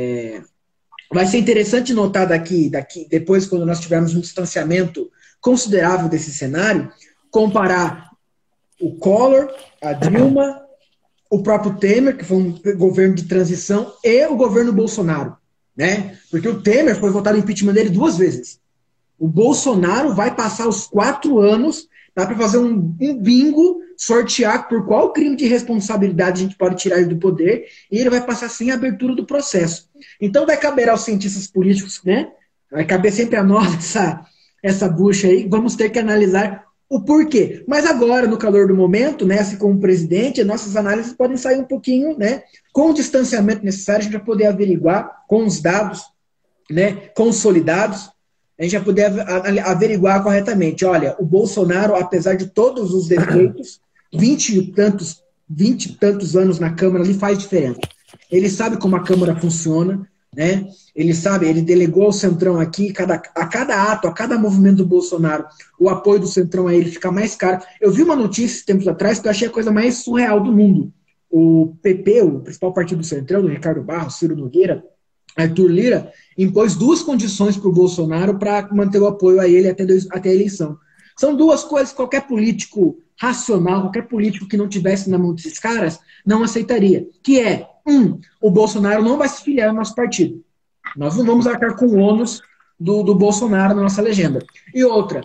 Vai ser interessante notar daqui, depois, quando nós tivermos um distanciamento considerável desse cenário, comparar o Collor, a Dilma, o próprio Temer, que foi um governo de transição, e o governo Bolsonaro, né? Porque o Temer foi votado em impeachment dele 2 vezes. O Bolsonaro vai passar os 4 anos, dá para fazer um bingo, sortear por qual crime de responsabilidade a gente pode tirar ele do poder, e ele vai passar sem a abertura do processo. Então vai caber aos cientistas políticos, né? Vai caber sempre a nós essa bucha aí, vamos ter que analisar o porquê. Mas agora, no calor do momento, né, assim como presidente, nossas análises podem sair um pouquinho, né, com o distanciamento necessário, a gente vai poder averiguar com os dados, né, consolidados, a gente vai poder averiguar corretamente. Olha, o Bolsonaro, apesar de todos os defeitos, 20 e tantos anos na Câmara ali faz diferença. Ele sabe como a Câmara funciona, né? Ele sabe, ele delegou ao Centrão aqui, a cada ato, a cada movimento do Bolsonaro, o apoio do Centrão a ele fica mais caro. Eu vi uma notícia tempos atrás que eu achei a coisa mais surreal do mundo. O PP, o principal partido do Centrão, do Ricardo Barros, Ciro Nogueira, Arthur Lira, impôs 2 condições para o Bolsonaro para manter o apoio a ele até a eleição. São 2 coisas que qualquer político racional, qualquer político que não tivesse na mão desses caras, não aceitaria. Que é, o Bolsonaro não vai se filiar ao nosso partido. Nós não vamos arcar com o ônus do Bolsonaro na nossa legenda. E outra,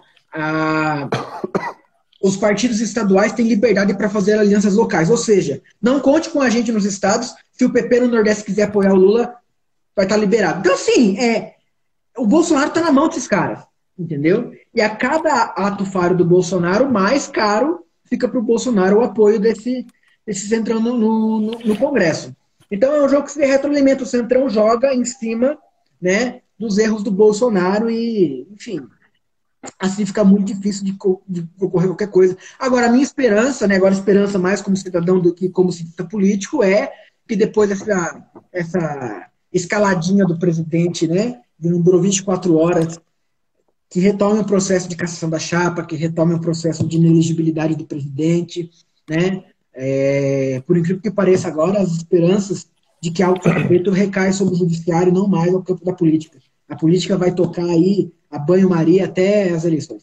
os partidos estaduais têm liberdade para fazer alianças locais, ou seja, não conte com a gente nos estados, se o PP no Nordeste quiser apoiar o Lula, vai estar liberado. Então, assim, o Bolsonaro está na mão desses caras, entendeu? E a cada ato falho do Bolsonaro, mais caro fica para o Bolsonaro o apoio desse Centrão no Congresso. Então é um jogo que se retroalimenta, o Centrão joga em cima, né, dos erros do Bolsonaro e, enfim, assim fica muito difícil de ocorrer qualquer coisa. Agora, a minha esperança, né, agora esperança mais como cidadão do que como cientista político, é que depois essa escaladinha do presidente, né, que não durou 24 horas, que retome o processo de cassação da chapa, que retome o processo de inelegibilidade do presidente, né? Por incrível que pareça agora, as esperanças de que algo seja feito recai sobre o judiciário, não mais ao campo da política. A política vai tocar aí a banho-maria até as eleições.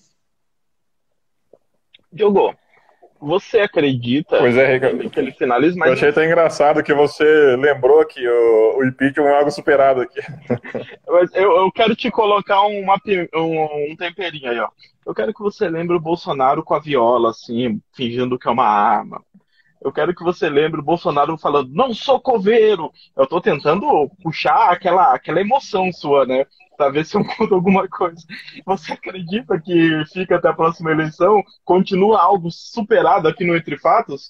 Diogo, você acredita que ele finalize mais? Eu achei até engraçado que você lembrou que o impeachment é algo superado aqui. Eu quero te colocar um temperinho aí, ó. Eu quero que você lembre o Bolsonaro com a viola, assim, fingindo que é uma arma. Eu quero que você lembre o Bolsonaro falando, não sou coveiro. Eu tô tentando puxar aquela emoção sua, né? Pra ver se eu conto alguma coisa. Você acredita que fica até a próxima eleição? Continua algo superado aqui no Entre Fatos?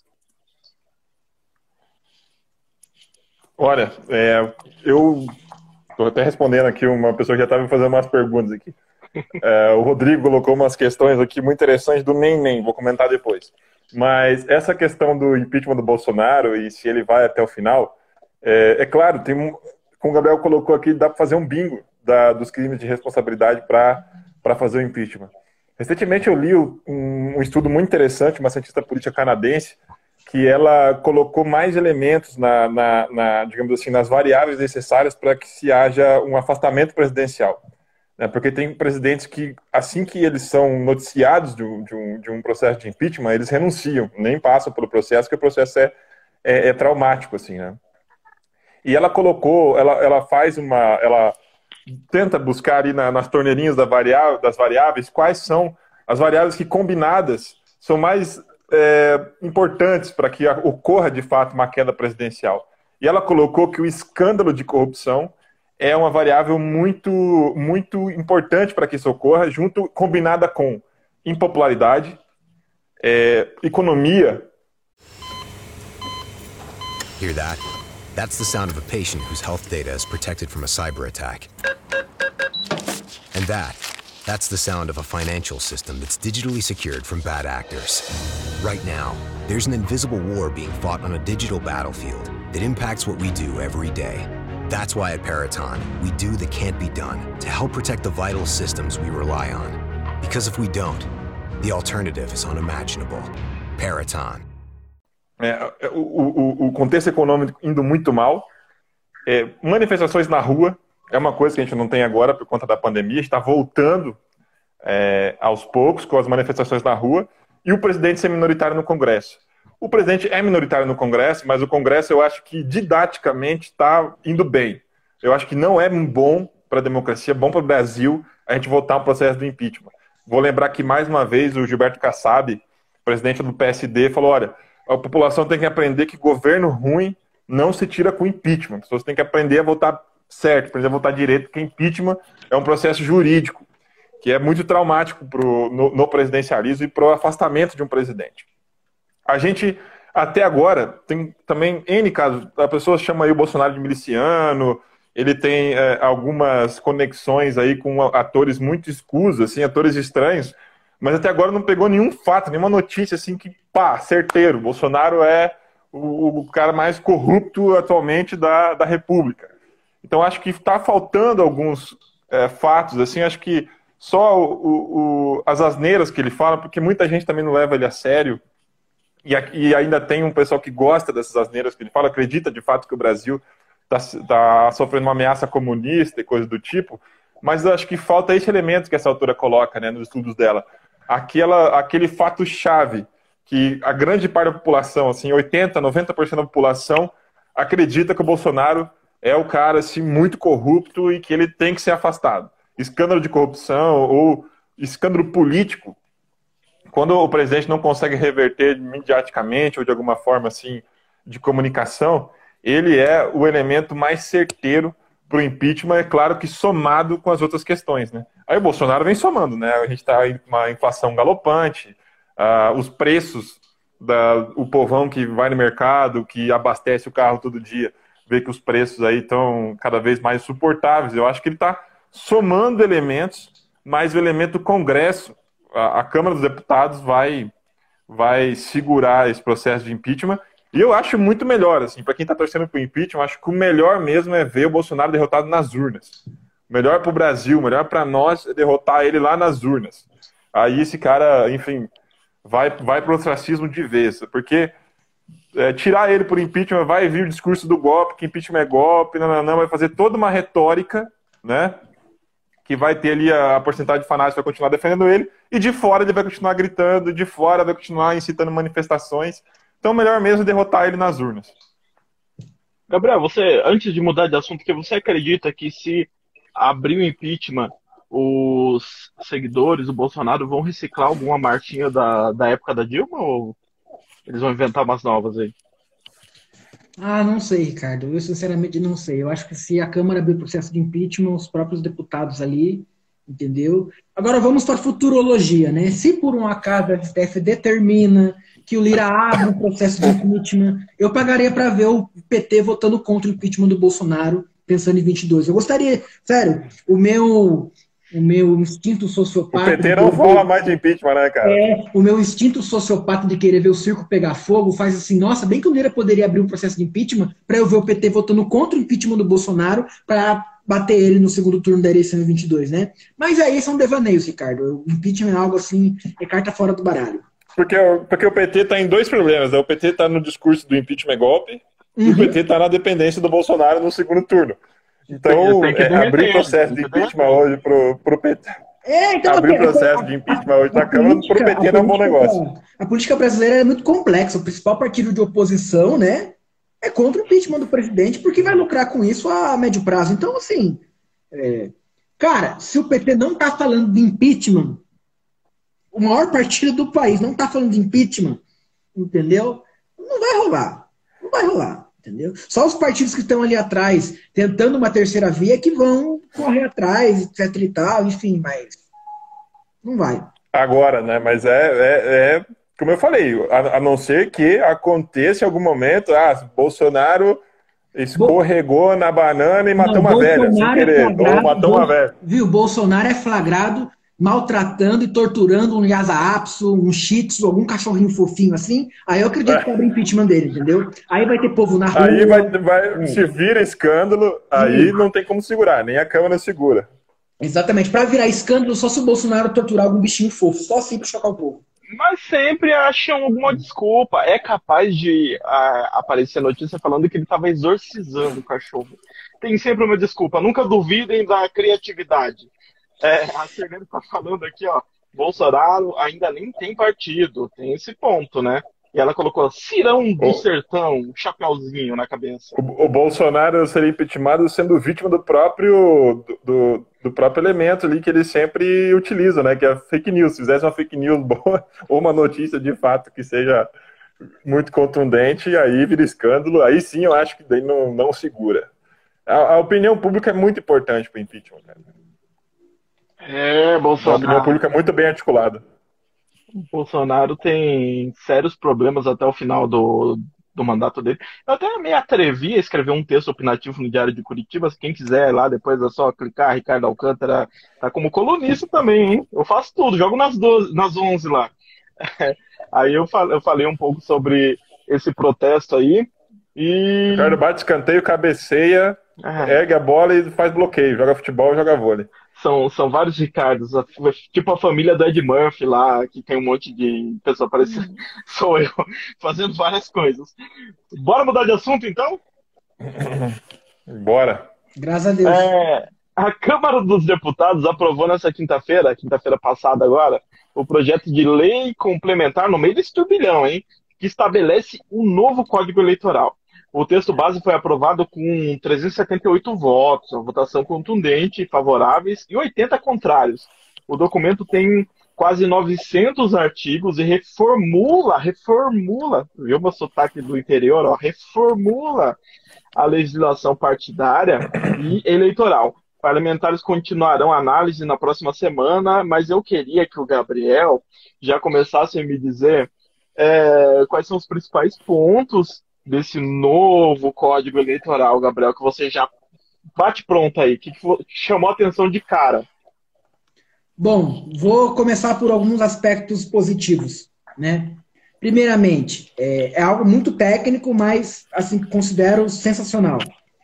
Olha, eu estou até respondendo aqui uma pessoa que já estava me fazendo umas perguntas aqui. O Rodrigo colocou umas questões aqui muito interessantes do nem, vou comentar depois. Mas essa questão do impeachment do Bolsonaro e se ele vai até o final, é claro, como o Gabriel colocou aqui, dá para fazer um bingo dos crimes de responsabilidade para fazer o impeachment. Recentemente eu li um estudo muito interessante, uma cientista política canadense, que ela colocou mais elementos digamos assim, nas variáveis necessárias para que se haja um afastamento presidencial. Porque tem presidentes que, assim que eles são noticiados de um processo de impeachment, eles renunciam, nem passam pelo processo, porque o processo é traumático, assim, né? E ela colocou, ela tenta buscar ali nas torneirinhas das variáveis quais são as variáveis que combinadas são mais importantes para que ocorra de fato uma queda presidencial. E ela colocou que o escândalo de corrupção é uma variável muito, muito importante para que isso ocorra, combinada com impopularidade, economia. Hear that? That's the sound of a patient whose health data is protected from a cyber attack. And that's the sound of a financial system that's digitally secured from bad actors. Right now, there's an invisible war being fought on a digital battlefield that impacts what we do every day. That's why at Peraton, we do the can't be done to help protect the vital systems we rely on. Because if we don't, the alternative is unimaginable. Peraton. O contexto econômico indo muito mal. Manifestações na rua é uma coisa que a gente não tem agora por conta da pandemia. Está voltando aos poucos com as manifestações na rua. E o presidente ser minoritário no Congresso. O presidente é minoritário no Congresso, mas o Congresso eu acho que didaticamente está indo bem. Eu acho que não é bom para a democracia, bom para o Brasil a gente voltar ao processo do impeachment. Vou lembrar que mais uma vez o Gilberto Kassab, presidente do PSD, falou, olha, a população tem que aprender que governo ruim não se tira com impeachment. As pessoas têm que aprender a votar certo, aprender a votar direito, porque impeachment é um processo jurídico, que é muito traumático no presidencialismo e para o afastamento de um presidente. A gente, até agora, tem também N casos. A pessoa chama aí o Bolsonaro de miliciano, ele tem algumas conexões aí com atores muito escusos, assim, atores estranhos, mas até agora não pegou nenhum fato, nenhuma notícia assim que, certeiro, Bolsonaro é o cara mais corrupto atualmente da República. Então acho que está faltando alguns fatos, assim, acho que só as asneiras que ele fala, porque muita gente também não leva ele a sério, e ainda tem um pessoal que gosta dessas asneiras que ele fala, acredita de fato que o Brasil está sofrendo uma ameaça comunista e coisa do tipo, mas eu acho que falta esse elemento que essa autora coloca, né, nos estudos dela. Aquele fato-chave, que a grande parte da população, assim, 80%, 90% da população acredita que o Bolsonaro é o cara assim, muito corrupto e que ele tem que ser afastado. escândalo de corrupção ou escândalo político, quando o presidente não consegue reverter mediaticamente ou de alguma forma assim de comunicação, ele é o elemento mais certeiro para o impeachment, é claro que somado com as outras questões, né? Aí o Bolsonaro vem somando, né? A gente está em uma inflação galopante, os preços, o povão que vai no mercado, que abastece o carro todo dia, vê que os preços aí estão cada vez mais suportáveis. Eu acho que ele está somando elementos, mas o elemento Congresso, a Câmara dos Deputados vai segurar esse processo de impeachment. E eu acho muito melhor, assim, para quem está torcendo para o impeachment, eu acho que o melhor mesmo é ver o Bolsonaro derrotado nas urnas. O melhor para o Brasil, o melhor para nós é derrotar ele lá nas urnas. Aí esse cara, enfim, vai para o ostracismo de vez, porque tirar ele por impeachment, vai vir o discurso do golpe, que impeachment é golpe, não, vai fazer toda uma retórica, né, que vai ter ali a porcentagem de fanáticos vai continuar defendendo ele, e de fora ele vai continuar gritando, de fora vai continuar incitando manifestações. Então, melhor mesmo é derrotar ele nas urnas. Gabriel, você, antes de mudar de assunto, que você acredita que se abrir o impeachment, os seguidores do Bolsonaro vão reciclar alguma marchinha da época da Dilma, ou eles vão inventar umas novas aí? Não sei, Ricardo. Eu sinceramente não sei. Eu acho que se a Câmara abrir o processo de impeachment, os próprios deputados ali, entendeu? Agora vamos para a futurologia, né? Se por um acaso a STF determina que o Lira abre um processo de impeachment, eu pagaria para ver o PT votando contra o impeachment do Bolsonaro, pensando em 22. Eu gostaria, sério, o meu instinto sociopata... O PT não fala mais de impeachment, né, cara? O meu instinto sociopata de querer ver o circo pegar fogo faz assim, nossa, bem que o Lira poderia abrir um processo de impeachment para eu ver o PT votando contra o impeachment do Bolsonaro para bater ele no segundo turno da eleição em 22, né? Mas aí são devaneios, Ricardo. O impeachment é algo assim, é carta fora do baralho. Porque o PT está em dois problemas, né? O PT está no discurso do impeachment é golpe, e o PT está na dependência do Bolsonaro no segundo turno. Então, abrir processo de impeachment hoje pro PT. Abrir processo de impeachment hoje na Câmara pro PT não é um bom negócio. A política brasileira é muito complexa. O principal partido de oposição, né, é contra o impeachment do presidente, porque vai lucrar com isso a médio prazo. Então, assim, cara, se o PT não está falando de impeachment, o maior partido do país não está falando de impeachment, entendeu? Não vai rolar. Não vai rolar. Entendeu? Só os partidos que estão ali atrás, tentando uma terceira via, que vão correr atrás, etc e tal, enfim, mas não vai. Agora, né, mas como eu falei, a não ser que aconteça em algum momento, Bolsonaro escorregou na banana e matou uma velha, sem querer, ou matou uma velha. Viu, Bolsonaro é flagrado maltratando e torturando um Lhasa Apso, um Shih Tzu, algum cachorrinho fofinho assim, aí eu acredito que abre impeachment dele, entendeu? Aí vai ter povo na rua. Aí se vira escândalo, aí não tem como segurar, nem a Câmara segura. Exatamente, pra virar escândalo só se o Bolsonaro torturar algum bichinho fofo, só assim pra chocar o povo. Mas sempre acham alguma desculpa. É capaz de aparecer notícia falando que ele estava exorcizando o cachorro. Tem sempre uma desculpa, nunca duvidem da criatividade. A Fernanda está falando aqui, ó, Bolsonaro ainda nem tem partido, tem esse ponto, né? E ela colocou Cirão do Sertão, um chapéuzinho na cabeça. O Bolsonaro seria impeachmentado sendo vítima do próprio elemento ali que ele sempre utiliza, né? Que é a fake news. Se fizesse uma fake news boa ou uma notícia de fato que seja muito contundente, aí vira escândalo, aí sim eu acho que daí não segura. A opinião pública é muito importante para o impeachment, né? Bolsonaro. A opinião pública é muito bem articulada. O Bolsonaro tem sérios problemas até o final do mandato dele. Eu até me atrevi a escrever um texto opinativo no Diário de Curitiba. Se quem quiser lá, depois é só clicar. Ricardo Alcântara tá como colunista também, hein? Eu faço tudo, jogo nas 11 lá. Aí eu falei um pouco sobre esse protesto aí. E... Ricardo bate escanteio, cabeceia, ergue a bola e faz bloqueio. Joga futebol e joga vôlei. São vários Ricardos, tipo a família do Ed Murphy lá, que tem um monte de pessoa parecendo. Sou eu, fazendo várias coisas. Bora mudar de assunto, então? Bora. Graças a Deus. A Câmara dos Deputados aprovou nessa quinta-feira passada agora, o projeto de lei complementar no meio desse turbilhão, hein? Que estabelece um novo Código Eleitoral. O texto base foi aprovado com 378 votos, uma votação contundente, favoráveis, e 80 contrários. O documento tem quase 900 artigos e reformula, viu meu sotaque do interior, ó, reformula a legislação partidária e eleitoral. Parlamentares continuarão a análise na próxima semana, mas eu queria que o Gabriel já começasse a me dizer quais são os principais pontos desse novo Código Eleitoral, Gabriel, que você já bate pronto aí, que chamou a atenção de cara. Bom, vou começar por alguns aspectos positivos, né? Primeiramente, é algo muito técnico, mas assim considero sensacional.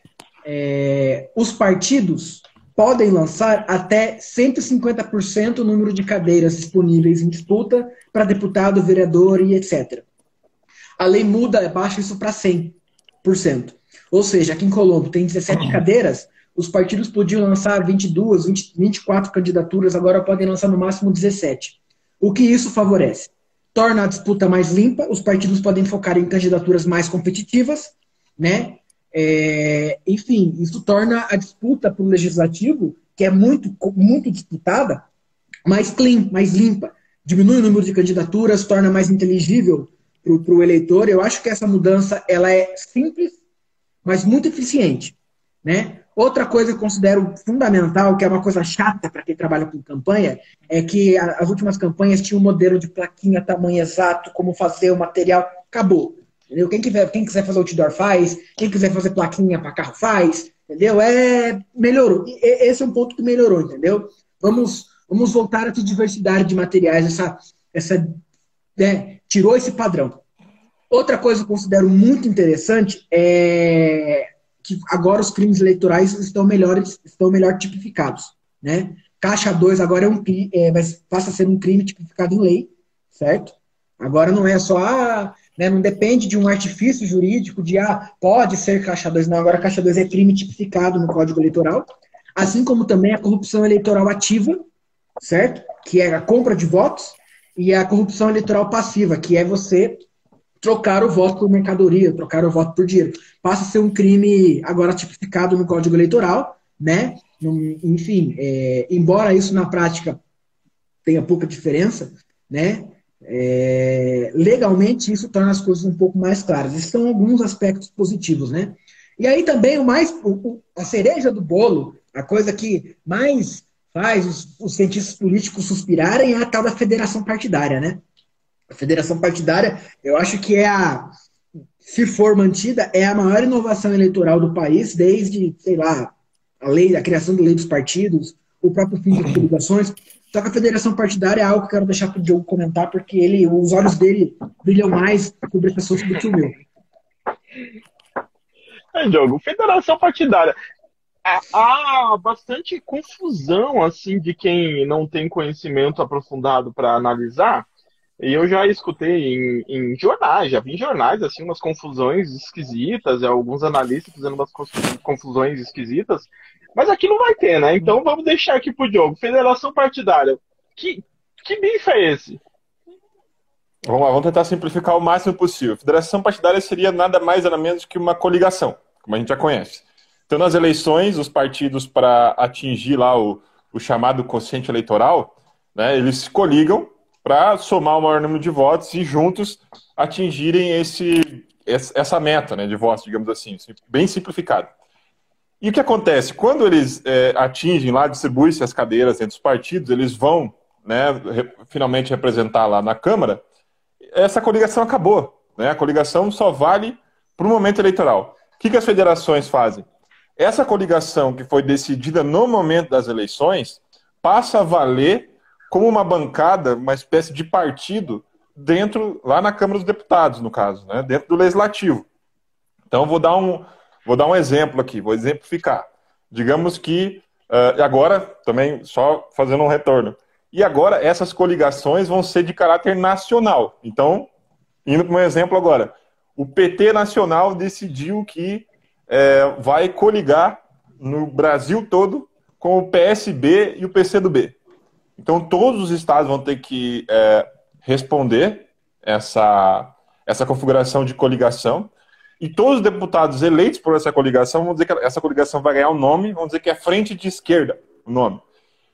Os partidos podem lançar até 150% o número de cadeiras disponíveis em disputa para deputado, vereador e etc. A lei muda, baixa isso para 100%. Ou seja, aqui em Colombo tem 17 cadeiras, os partidos podiam lançar 22, 24 candidaturas, agora podem lançar no máximo 17. O que isso favorece? Torna a disputa mais limpa, os partidos podem focar em candidaturas mais competitivas, né? Enfim, isso torna a disputa para o legislativo, que é muito, muito disputada, mais clean, mais limpa. Diminui o número de candidaturas, torna mais inteligível para o eleitor. Eu acho que essa mudança ela é simples, mas muito eficiente, né? Outra coisa que eu considero fundamental, que é uma coisa chata para quem trabalha com campanha, é que as últimas campanhas tinham um modelo de plaquinha, tamanho exato, como fazer o material, acabou. Entendeu? Quem quiser fazer outdoor faz, quem quiser fazer plaquinha para carro faz, entendeu? Melhorou. Esse é um ponto que melhorou, entendeu? Vamos voltar a ter diversidade de materiais, tirou esse padrão. Outra coisa que eu considero muito interessante é que agora os crimes eleitorais estão melhor tipificados, né? Caixa 2 agora passa a ser um crime tipificado em lei, certo? Agora não é só, não depende de um artifício jurídico de, pode ser Caixa 2, não, agora Caixa 2 é crime tipificado no Código Eleitoral, assim como também a corrupção eleitoral ativa, certo? Que é a compra de votos, e a corrupção eleitoral passiva, que é você trocar o voto por mercadoria, trocar o voto por dinheiro. Passa a ser um crime agora tipificado no Código Eleitoral, né? Enfim, embora isso na prática tenha pouca diferença, né? Legalmente isso torna as coisas um pouco mais claras. Esses são alguns aspectos positivos, né? E aí também a cereja do bolo, a coisa que mais faz os cientistas políticos suspirarem é a tal da federação partidária, né? A federação partidária, eu acho que se for mantida, é a maior inovação eleitoral do país desde, sei lá, a criação da lei dos partidos, o próprio fim das coligações. Só que a federação partidária é algo que eu quero deixar para o Diogo comentar, porque os olhos dele brilham mais sobre esse assunto do que o meu. Diogo, federação partidária. Há bastante confusão, assim, de quem não tem conhecimento aprofundado para analisar. E eu já escutei em jornais, já vi em jornais, assim, umas confusões esquisitas, alguns analistas fazendo umas confusões esquisitas, mas aqui não vai ter, né? Então vamos deixar aqui pro Diogo. Federação partidária. Que bicho é esse? Vamos lá, vamos tentar simplificar o máximo possível. Federação partidária seria nada mais nada menos que uma coligação, como a gente já conhece. Então, nas eleições, os partidos, para atingir lá o chamado quociente eleitoral, né, eles se coligam para somar o maior número de votos e juntos atingirem essa meta, né, de votos, digamos assim, bem simplificado. E o que acontece? Quando eles atingem lá, distribuem-se as cadeiras entre os partidos, eles vão, né, finalmente representar lá na Câmara, essa coligação acabou, né? A coligação só vale para o momento eleitoral. O que as federações fazem? Essa coligação que foi decidida no momento das eleições passa a valer como uma bancada, uma espécie de partido lá na Câmara dos Deputados, no caso, né? Dentro do Legislativo. Então, vou dar um exemplo aqui, vou exemplificar. Digamos que, agora, também só fazendo um retorno, e agora essas coligações vão ser de caráter nacional. Então, indo para um exemplo agora, o PT nacional decidiu que vai coligar no Brasil todo com o PSB e o PCdoB. Então, todos os estados vão ter que responder essa configuração de coligação. E todos os deputados eleitos por essa coligação, vamos dizer que essa coligação vai ganhar um nome, vamos dizer que é Frente de Esquerda, o nome.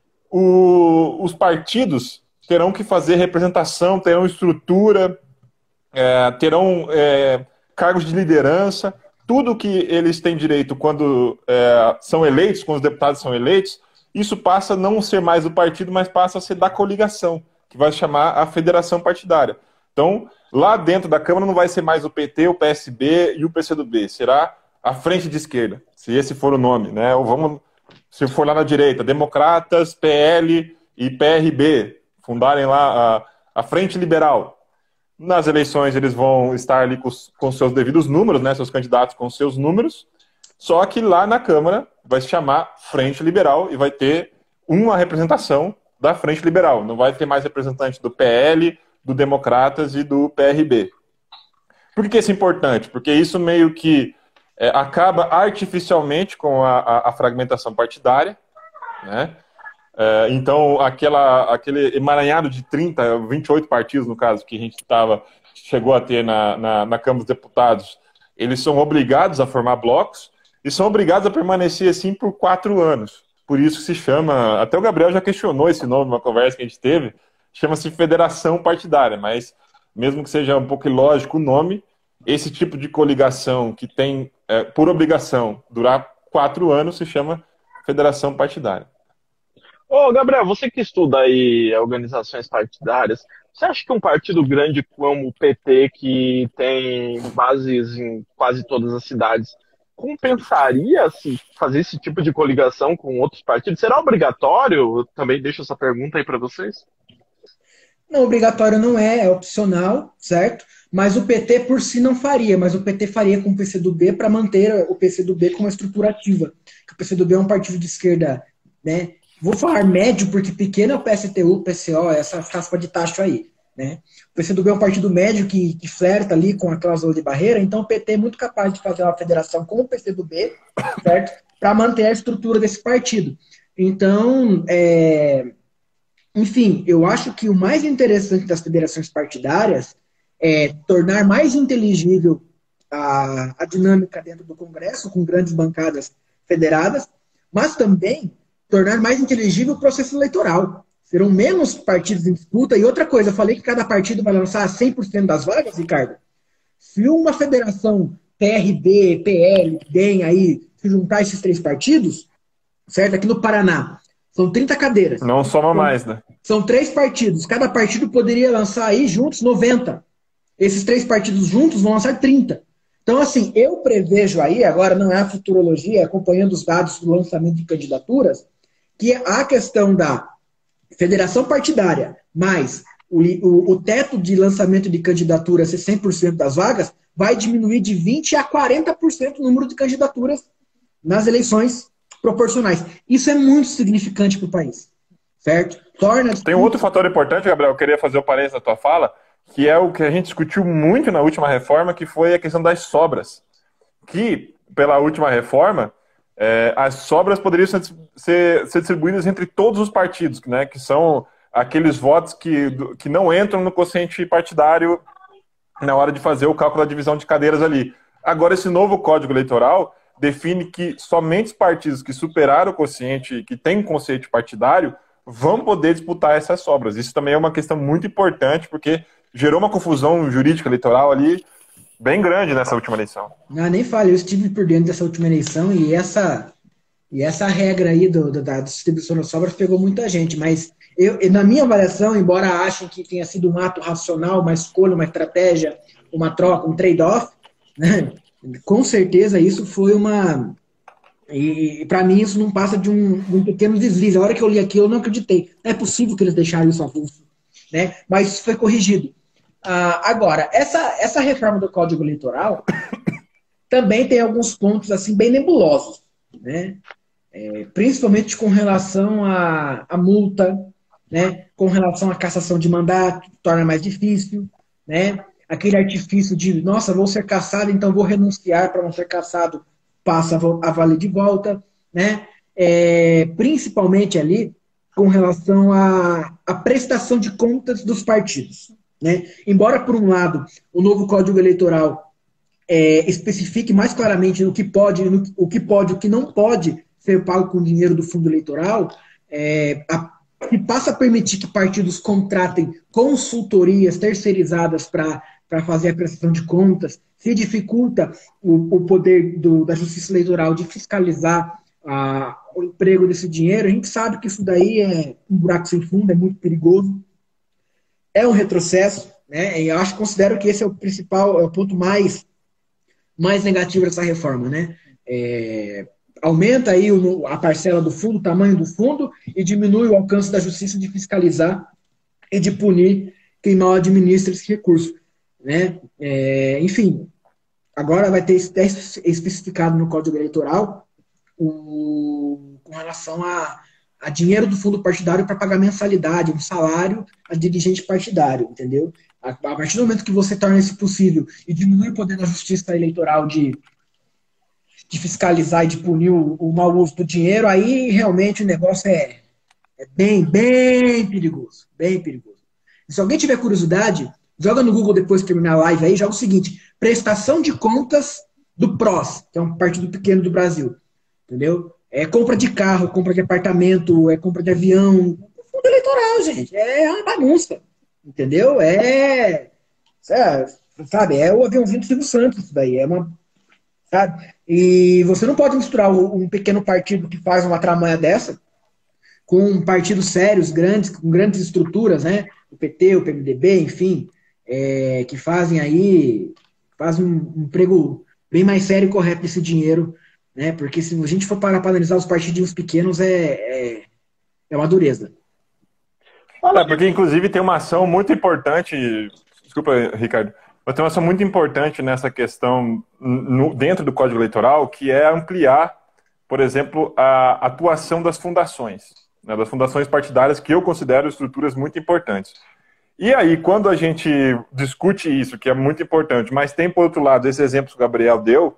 Os partidos terão que fazer representação, terão estrutura, terão cargos de liderança, tudo que eles têm direito quando são eleitos, quando os deputados são eleitos, isso passa a não ser mais do partido, mas passa a ser da coligação, que vai se chamar a federação partidária. Então, lá dentro da Câmara não vai ser mais o PT, o PSB e o PCdoB, será a Frente de Esquerda, se esse for o nome, né? Ou se for lá na direita, Democratas, PL e PRB, fundarem lá a Frente Liberal. Nas eleições eles vão estar ali com seus devidos números, né? Seus candidatos com seus números, só que lá na Câmara vai se chamar Frente Liberal e vai ter uma representação da Frente Liberal, não vai ter mais representante do PL, do Democratas e do PRB. Por que isso é importante? Porque isso meio que acaba artificialmente com a fragmentação partidária, né? Então, aquele emaranhado de 28 partidos, no caso, que a gente chegou a ter na Câmara dos Deputados, eles são obrigados a formar blocos e são obrigados a permanecer assim por 4 anos. Por isso se chama, até o Gabriel já questionou esse nome numa conversa que a gente teve, chama-se federação partidária, mas mesmo que seja um pouco ilógico o nome, esse tipo de coligação que tem, por obrigação, durar 4 anos, se chama federação partidária. Ô, Gabriel, você que estuda aí organizações partidárias, você acha que um partido grande como o PT, que tem bases em quase todas as cidades, compensaria se fazer esse tipo de coligação com outros partidos? Será obrigatório? Eu também deixo essa pergunta aí para vocês. Não, obrigatório não é opcional, certo? Mas o PT por si não faria, mas o PT faria com o PCdoB para manter o PCdoB com uma estrutura ativa. Que o PCdoB é um partido de esquerda, né? Vou falar médio, porque pequeno é o PSTU, o PCO, essa caspa de tacho aí, né? O PCdoB é um partido médio que flerta ali com a cláusula de barreira, então o PT é muito capaz de fazer uma federação com o PCdoB, certo? Para manter a estrutura desse partido. Então, enfim, eu acho que o mais interessante das federações partidárias é tornar mais inteligível a dinâmica dentro do Congresso, com grandes bancadas federadas, mas também tornar mais inteligível o processo eleitoral. Serão menos partidos em disputa. E outra coisa, eu falei que cada partido vai lançar 100% das vagas, Ricardo. Se uma federação PRB, PL, DEM, aí, se juntar esses 3 partidos, certo? Aqui no Paraná, são 30 cadeiras. Não soma mais, né? São 3 partidos. Cada partido poderia lançar aí juntos 90. Esses 3 partidos juntos vão lançar 30. Então, assim, eu prevejo aí, agora não é a futurologia, acompanhando os dados do lançamento de candidaturas, que a questão da federação partidária, mais o teto de lançamento de candidatura ser 100% das vagas, vai diminuir de 20% a 40% o número de candidaturas nas eleições proporcionais. Isso é muito significante para o país, certo? Tem um outro fator importante, Gabriel, eu queria fazer o parênteses na tua fala, que é o que a gente discutiu muito na última reforma, que foi a questão das sobras. Que, pela última reforma, as sobras poderiam ser distribuídas entre todos os partidos, né, que são aqueles votos que não entram no quociente partidário na hora de fazer o cálculo da divisão de cadeiras ali. Agora, esse novo Código Eleitoral define que somente os partidos que superaram o quociente, que têm um quociente partidário, vão poder disputar essas sobras. Isso também é uma questão muito importante, porque gerou uma confusão jurídica eleitoral ali bem grande nessa última eleição. Não, nem fale, eu estive por dentro dessa última eleição e essa regra aí da distribuição das sobras pegou muita gente, mas na minha avaliação, embora achem que tenha sido um ato racional, uma escolha, uma estratégia, uma troca, um trade-off, né, com certeza isso foi uma... E para mim isso não passa de um pequeno deslize. A hora que eu li aquilo eu não acreditei. Não é possível que eles deixaram isso avulso, né? Mas isso foi corrigido. Agora, essa reforma do Código Eleitoral também tem alguns pontos assim bem nebulosos, né? Principalmente com relação à multa, né? Com relação à cassação de mandato, que torna mais difícil, né? Aquele artifício de, nossa, vou ser cassado, então vou renunciar para não ser cassado, passa a valer de volta, né? Principalmente ali com relação à prestação de contas dos partidos, né? Embora, por um lado, o novo Código Eleitoral especifique mais claramente o que pode, o que não pode ser pago com dinheiro do fundo eleitoral, que passa a permitir que partidos contratem consultorias terceirizadas para fazer a prestação de contas, se dificulta o poder da justiça eleitoral de fiscalizar o emprego desse dinheiro. A gente sabe que isso daí é um buraco sem fundo, é muito perigoso, é um retrocesso, né? E eu considero que esse é o principal, é o ponto mais negativo dessa reforma, né? Aumenta aí a parcela do fundo, o tamanho do fundo, e diminui o alcance da justiça de fiscalizar e de punir quem mal administra esse recurso, né? Enfim, agora vai ter especificado no Código Eleitoral com relação a dinheiro do fundo partidário para pagar mensalidade, um salário a dirigente partidário, entendeu? A partir do momento que você torna isso possível e diminui o poder da justiça eleitoral de fiscalizar e de punir o mau uso do dinheiro, aí realmente o negócio é bem perigoso, bem perigoso. E se alguém tiver curiosidade, joga no Google depois de terminar a live aí, joga o seguinte: prestação de contas do PROS, que é um partido pequeno do Brasil, entendeu? É compra de carro, compra de apartamento, é compra de avião, fundo eleitoral, gente, é uma bagunça, entendeu? Sabe, é o aviãozinho do Silvio Santos, isso daí, sabe? E você não pode misturar um pequeno partido que faz uma tramanha dessa com partidos sérios, grandes, com grandes estruturas, né? O PT, o PMDB, enfim, que fazem um emprego bem mais sério e correto desse dinheiro, né? Porque se a gente for parar para analisar os partidinhos pequenos, é uma dureza. Porque, inclusive, tem uma ação muito importante, desculpa, Ricardo, mas tem uma ação muito importante nessa questão dentro do Código Eleitoral, que é ampliar, por exemplo, a atuação das fundações, né, das fundações partidárias, que eu considero estruturas muito importantes. E aí, quando a gente discute isso, que é muito importante, mas tem, por outro lado, esse exemplo que o Gabriel deu,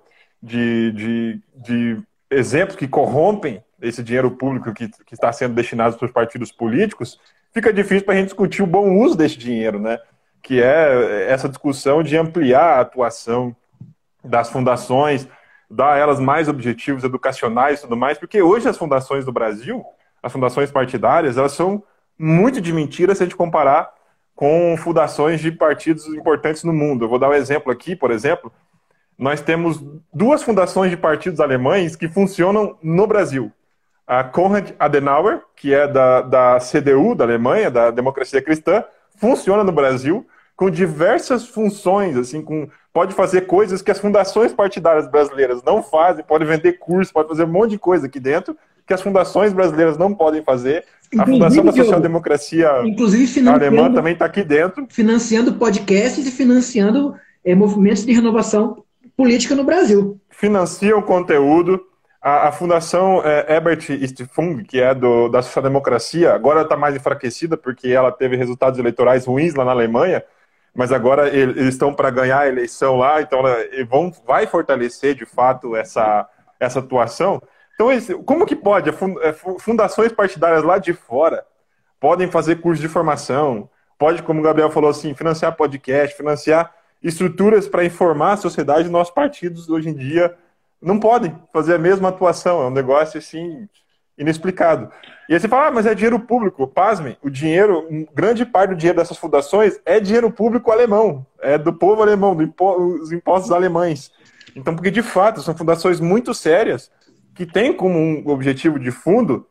de exemplos que corrompem esse dinheiro público que está sendo destinado para os partidos políticos, fica difícil para a gente discutir o bom uso desse dinheiro, né? Que é essa discussão de ampliar a atuação das fundações, dar a elas mais objetivos educacionais e tudo mais, porque hoje as fundações do Brasil, as fundações partidárias, elas são muito de mentira se a gente comparar com fundações de partidos importantes no mundo. Eu vou dar um exemplo aqui, por exemplo, nós temos 2 fundações de partidos alemães que funcionam no Brasil. A Konrad Adenauer, que é da CDU, da Alemanha, da Democracia Cristã, funciona no Brasil com diversas funções, assim, pode fazer coisas que as fundações partidárias brasileiras não fazem, pode vender curso, pode fazer um monte de coisa aqui dentro que as fundações brasileiras não podem fazer. A Fundação da Social-Democracia Alemã também está aqui dentro. Financiando podcasts e financiando movimentos de renovação política no Brasil. Financiam conteúdo. A Fundação Herbert Stiftung, que é da social-democracia, agora está mais enfraquecida porque ela teve resultados eleitorais ruins lá na Alemanha, mas agora eles estão para ganhar a eleição lá, então vai fortalecer de fato essa atuação. Então, como que pode? Fundações partidárias lá de fora podem fazer curso de formação, pode, como o Gabriel falou assim, financiar podcast, financiar estruturas para informar a sociedade. Nossos partidos hoje em dia não podem fazer a mesma atuação, é um negócio assim inexplicado. E aí você fala, mas é dinheiro público. Pasmem, grande parte do dinheiro dessas fundações é dinheiro público alemão, é do povo alemão, dos impostos alemães. Então, porque de fato são fundações muito sérias que têm como um objetivo de fundo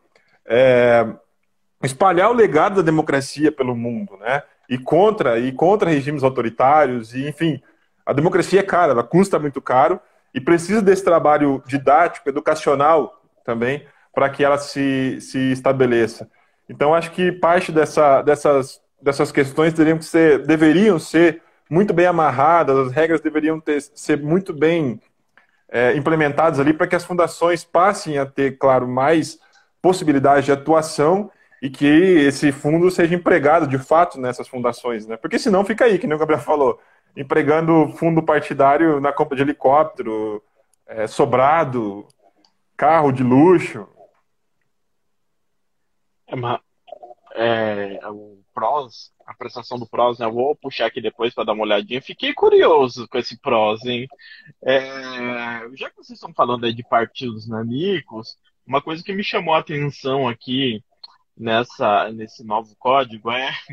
espalhar o legado da democracia pelo mundo, né? E contra regimes autoritários, e enfim, a democracia é cara, ela custa muito caro, e precisa desse trabalho didático, educacional também, para que ela se estabeleça. Então, acho que parte dessas questões deveriam ser muito bem amarradas, as regras deveriam ser muito bem implementadas ali, para que as fundações passem a ter, claro, mais possibilidades de atuação e que esse fundo seja empregado, de fato, nessas fundações, né? Porque senão fica aí, que nem o Gabriel falou, empregando fundo partidário na compra de helicóptero, sobrado, carro de luxo. PROS, a prestação do PROS, né? Eu vou puxar aqui depois para dar uma olhadinha. Fiquei curioso com esse PROS, hein? Já que vocês estão falando aí de partidos nanicos, uma coisa que me chamou a atenção aqui nesse novo código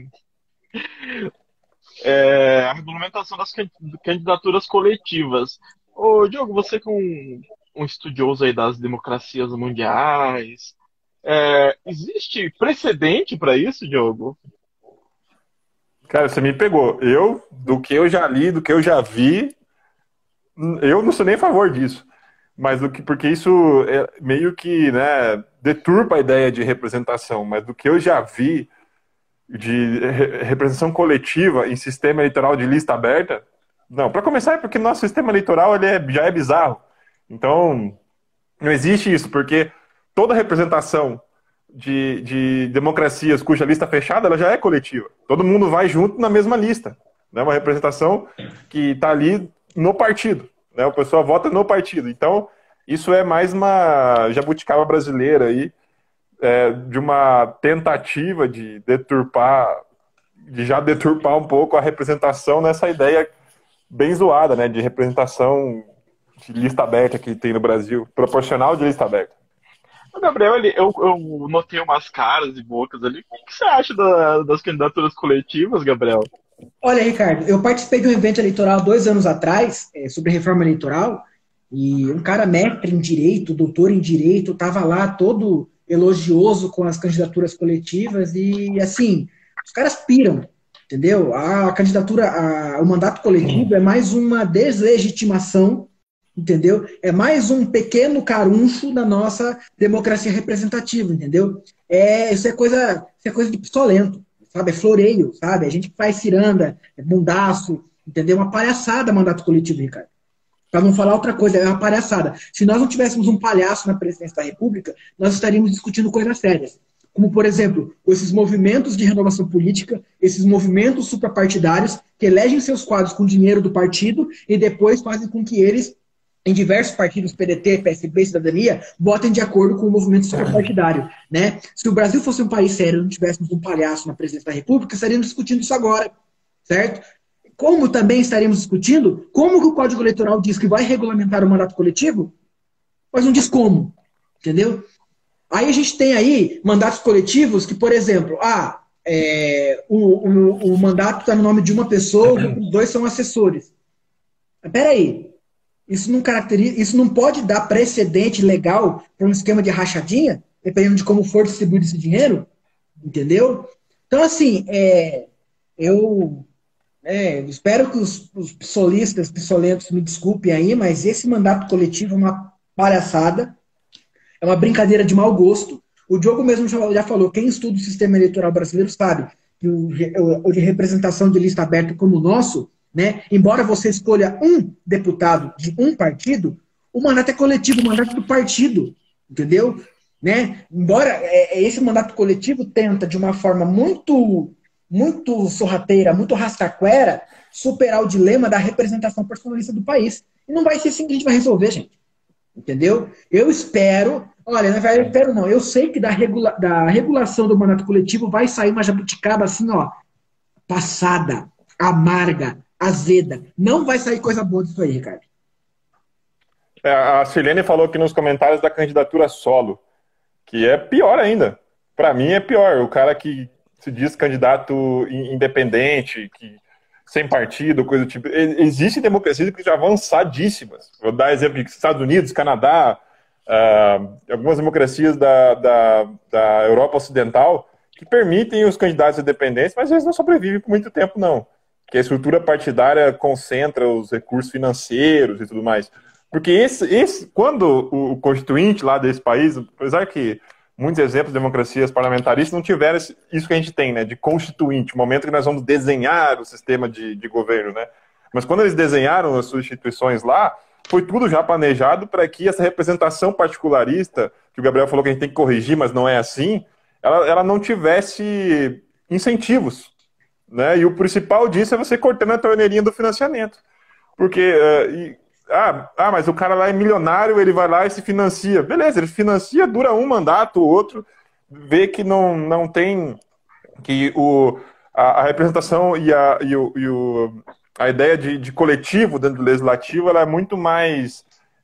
a regulamentação das candidaturas coletivas. Ô, Diogo, você que é um estudioso aí das democracias mundiais, existe precedente para isso, Diogo? Cara, você me pegou. Do que eu já li, do que eu já vi, eu não sou nem a favor disso. Mas porque isso meio que, né, deturpa a ideia de representação. Mas do que eu já vi de representação coletiva em sistema eleitoral de lista aberta, não. Para começar, é porque nosso sistema eleitoral já é bizarro. Então, não existe isso, porque toda representação de democracias cuja lista fechada, ela já é coletiva. Todo mundo vai junto na mesma lista. Né? Uma representação que está ali no partido. Né? O pessoal vota no partido. Então, isso é mais uma jabuticaba brasileira aí, de uma tentativa de já deturpar um pouco a representação nessa ideia bem zoada, né? De representação de lista aberta que tem no Brasil, proporcional de lista aberta. Gabriel, eu notei umas caras e bocas ali. O que você acha das candidaturas coletivas, Gabriel? Olha, Ricardo, eu participei de um evento eleitoral 2 anos atrás, sobre reforma eleitoral, e um cara mestre em direito, doutor em direito, estava lá todo elogioso com as candidaturas coletivas e, assim, os caras piram, entendeu? A candidatura, o mandato coletivo é mais uma deslegitimação, entendeu? É mais um pequeno caruncho da nossa democracia representativa, entendeu? Isso é coisa de pistolento, sabe? É floreio, sabe? A gente faz ciranda, é bundaço, entendeu? Uma palhaçada mandato coletivo, Ricardo. Para não falar outra coisa, é uma palhaçada. Se nós não tivéssemos um palhaço na presidência da República, nós estaríamos discutindo coisas sérias. Como, por exemplo, esses movimentos de renovação política, esses movimentos suprapartidários que elegem seus quadros com dinheiro do partido e depois fazem com que eles, em diversos partidos, PDT, PSB e Cidadania, votem de acordo com o movimento suprapartidário. Né? Se o Brasil fosse um país sério e não tivéssemos um palhaço na presidência da República, estaríamos discutindo isso agora, certo? Como também estaremos discutindo como que o Código Eleitoral diz que vai regulamentar o mandato coletivo, mas não diz como, entendeu? Aí a gente tem aí mandatos coletivos que, por exemplo, o mandato está no nome de uma pessoa, os 2 são assessores. Mas peraí, isso não pode dar precedente legal para um esquema de rachadinha, dependendo de como for distribuído esse dinheiro, entendeu? Então, assim, eu espero que os psolentos me desculpem aí, mas esse mandato coletivo é uma palhaçada, é uma brincadeira de mau gosto. O Diogo mesmo já falou, quem estuda o sistema eleitoral brasileiro sabe que o de representação de lista aberta como o nosso, né, embora você escolha um deputado de um partido, o mandato é coletivo, o mandato é do partido, entendeu? Né? Embora esse mandato coletivo tenta, de uma forma muito sorrateira, muito rascaquera, superar o dilema da representação personalista do país. E não vai ser assim que a gente vai resolver, gente. Entendeu? Eu espero, olha, na verdade eu espero não, eu sei que da regulação do mandato coletivo vai sair uma jabuticaba assim, ó, passada, amarga, azeda. Não vai sair coisa boa disso aí, Ricardo. A Silene falou aqui nos comentários da candidatura solo, que é pior ainda. Para mim é pior. O cara que se diz candidato independente, sem partido, coisa do tipo. Existem democracias que já avançadíssimas. Vou dar exemplo de Estados Unidos, Canadá, algumas democracias da Europa Ocidental que permitem os candidatos independentes, mas eles não sobrevivem por muito tempo, não. Que a estrutura partidária concentra os recursos financeiros e tudo mais. Porque quando o constituinte lá desse país, apesar que muitos exemplos de democracias parlamentaristas não tiveram isso que a gente tem, né, de constituinte, o momento que nós vamos desenhar o sistema de governo, né? Mas quando eles desenharam as suas instituições lá, foi tudo já planejado para que essa representação particularista, que o Gabriel falou que a gente tem que corrigir, mas não é assim, ela não tivesse incentivos, né? E o principal disso é você cortando a torneirinha do financiamento. Porque... mas o cara lá é milionário, ele vai lá e se financia. Beleza, ele financia, dura um mandato, o outro vê que não tem que a representação a ideia de coletivo dentro do legislativo ela é muito mais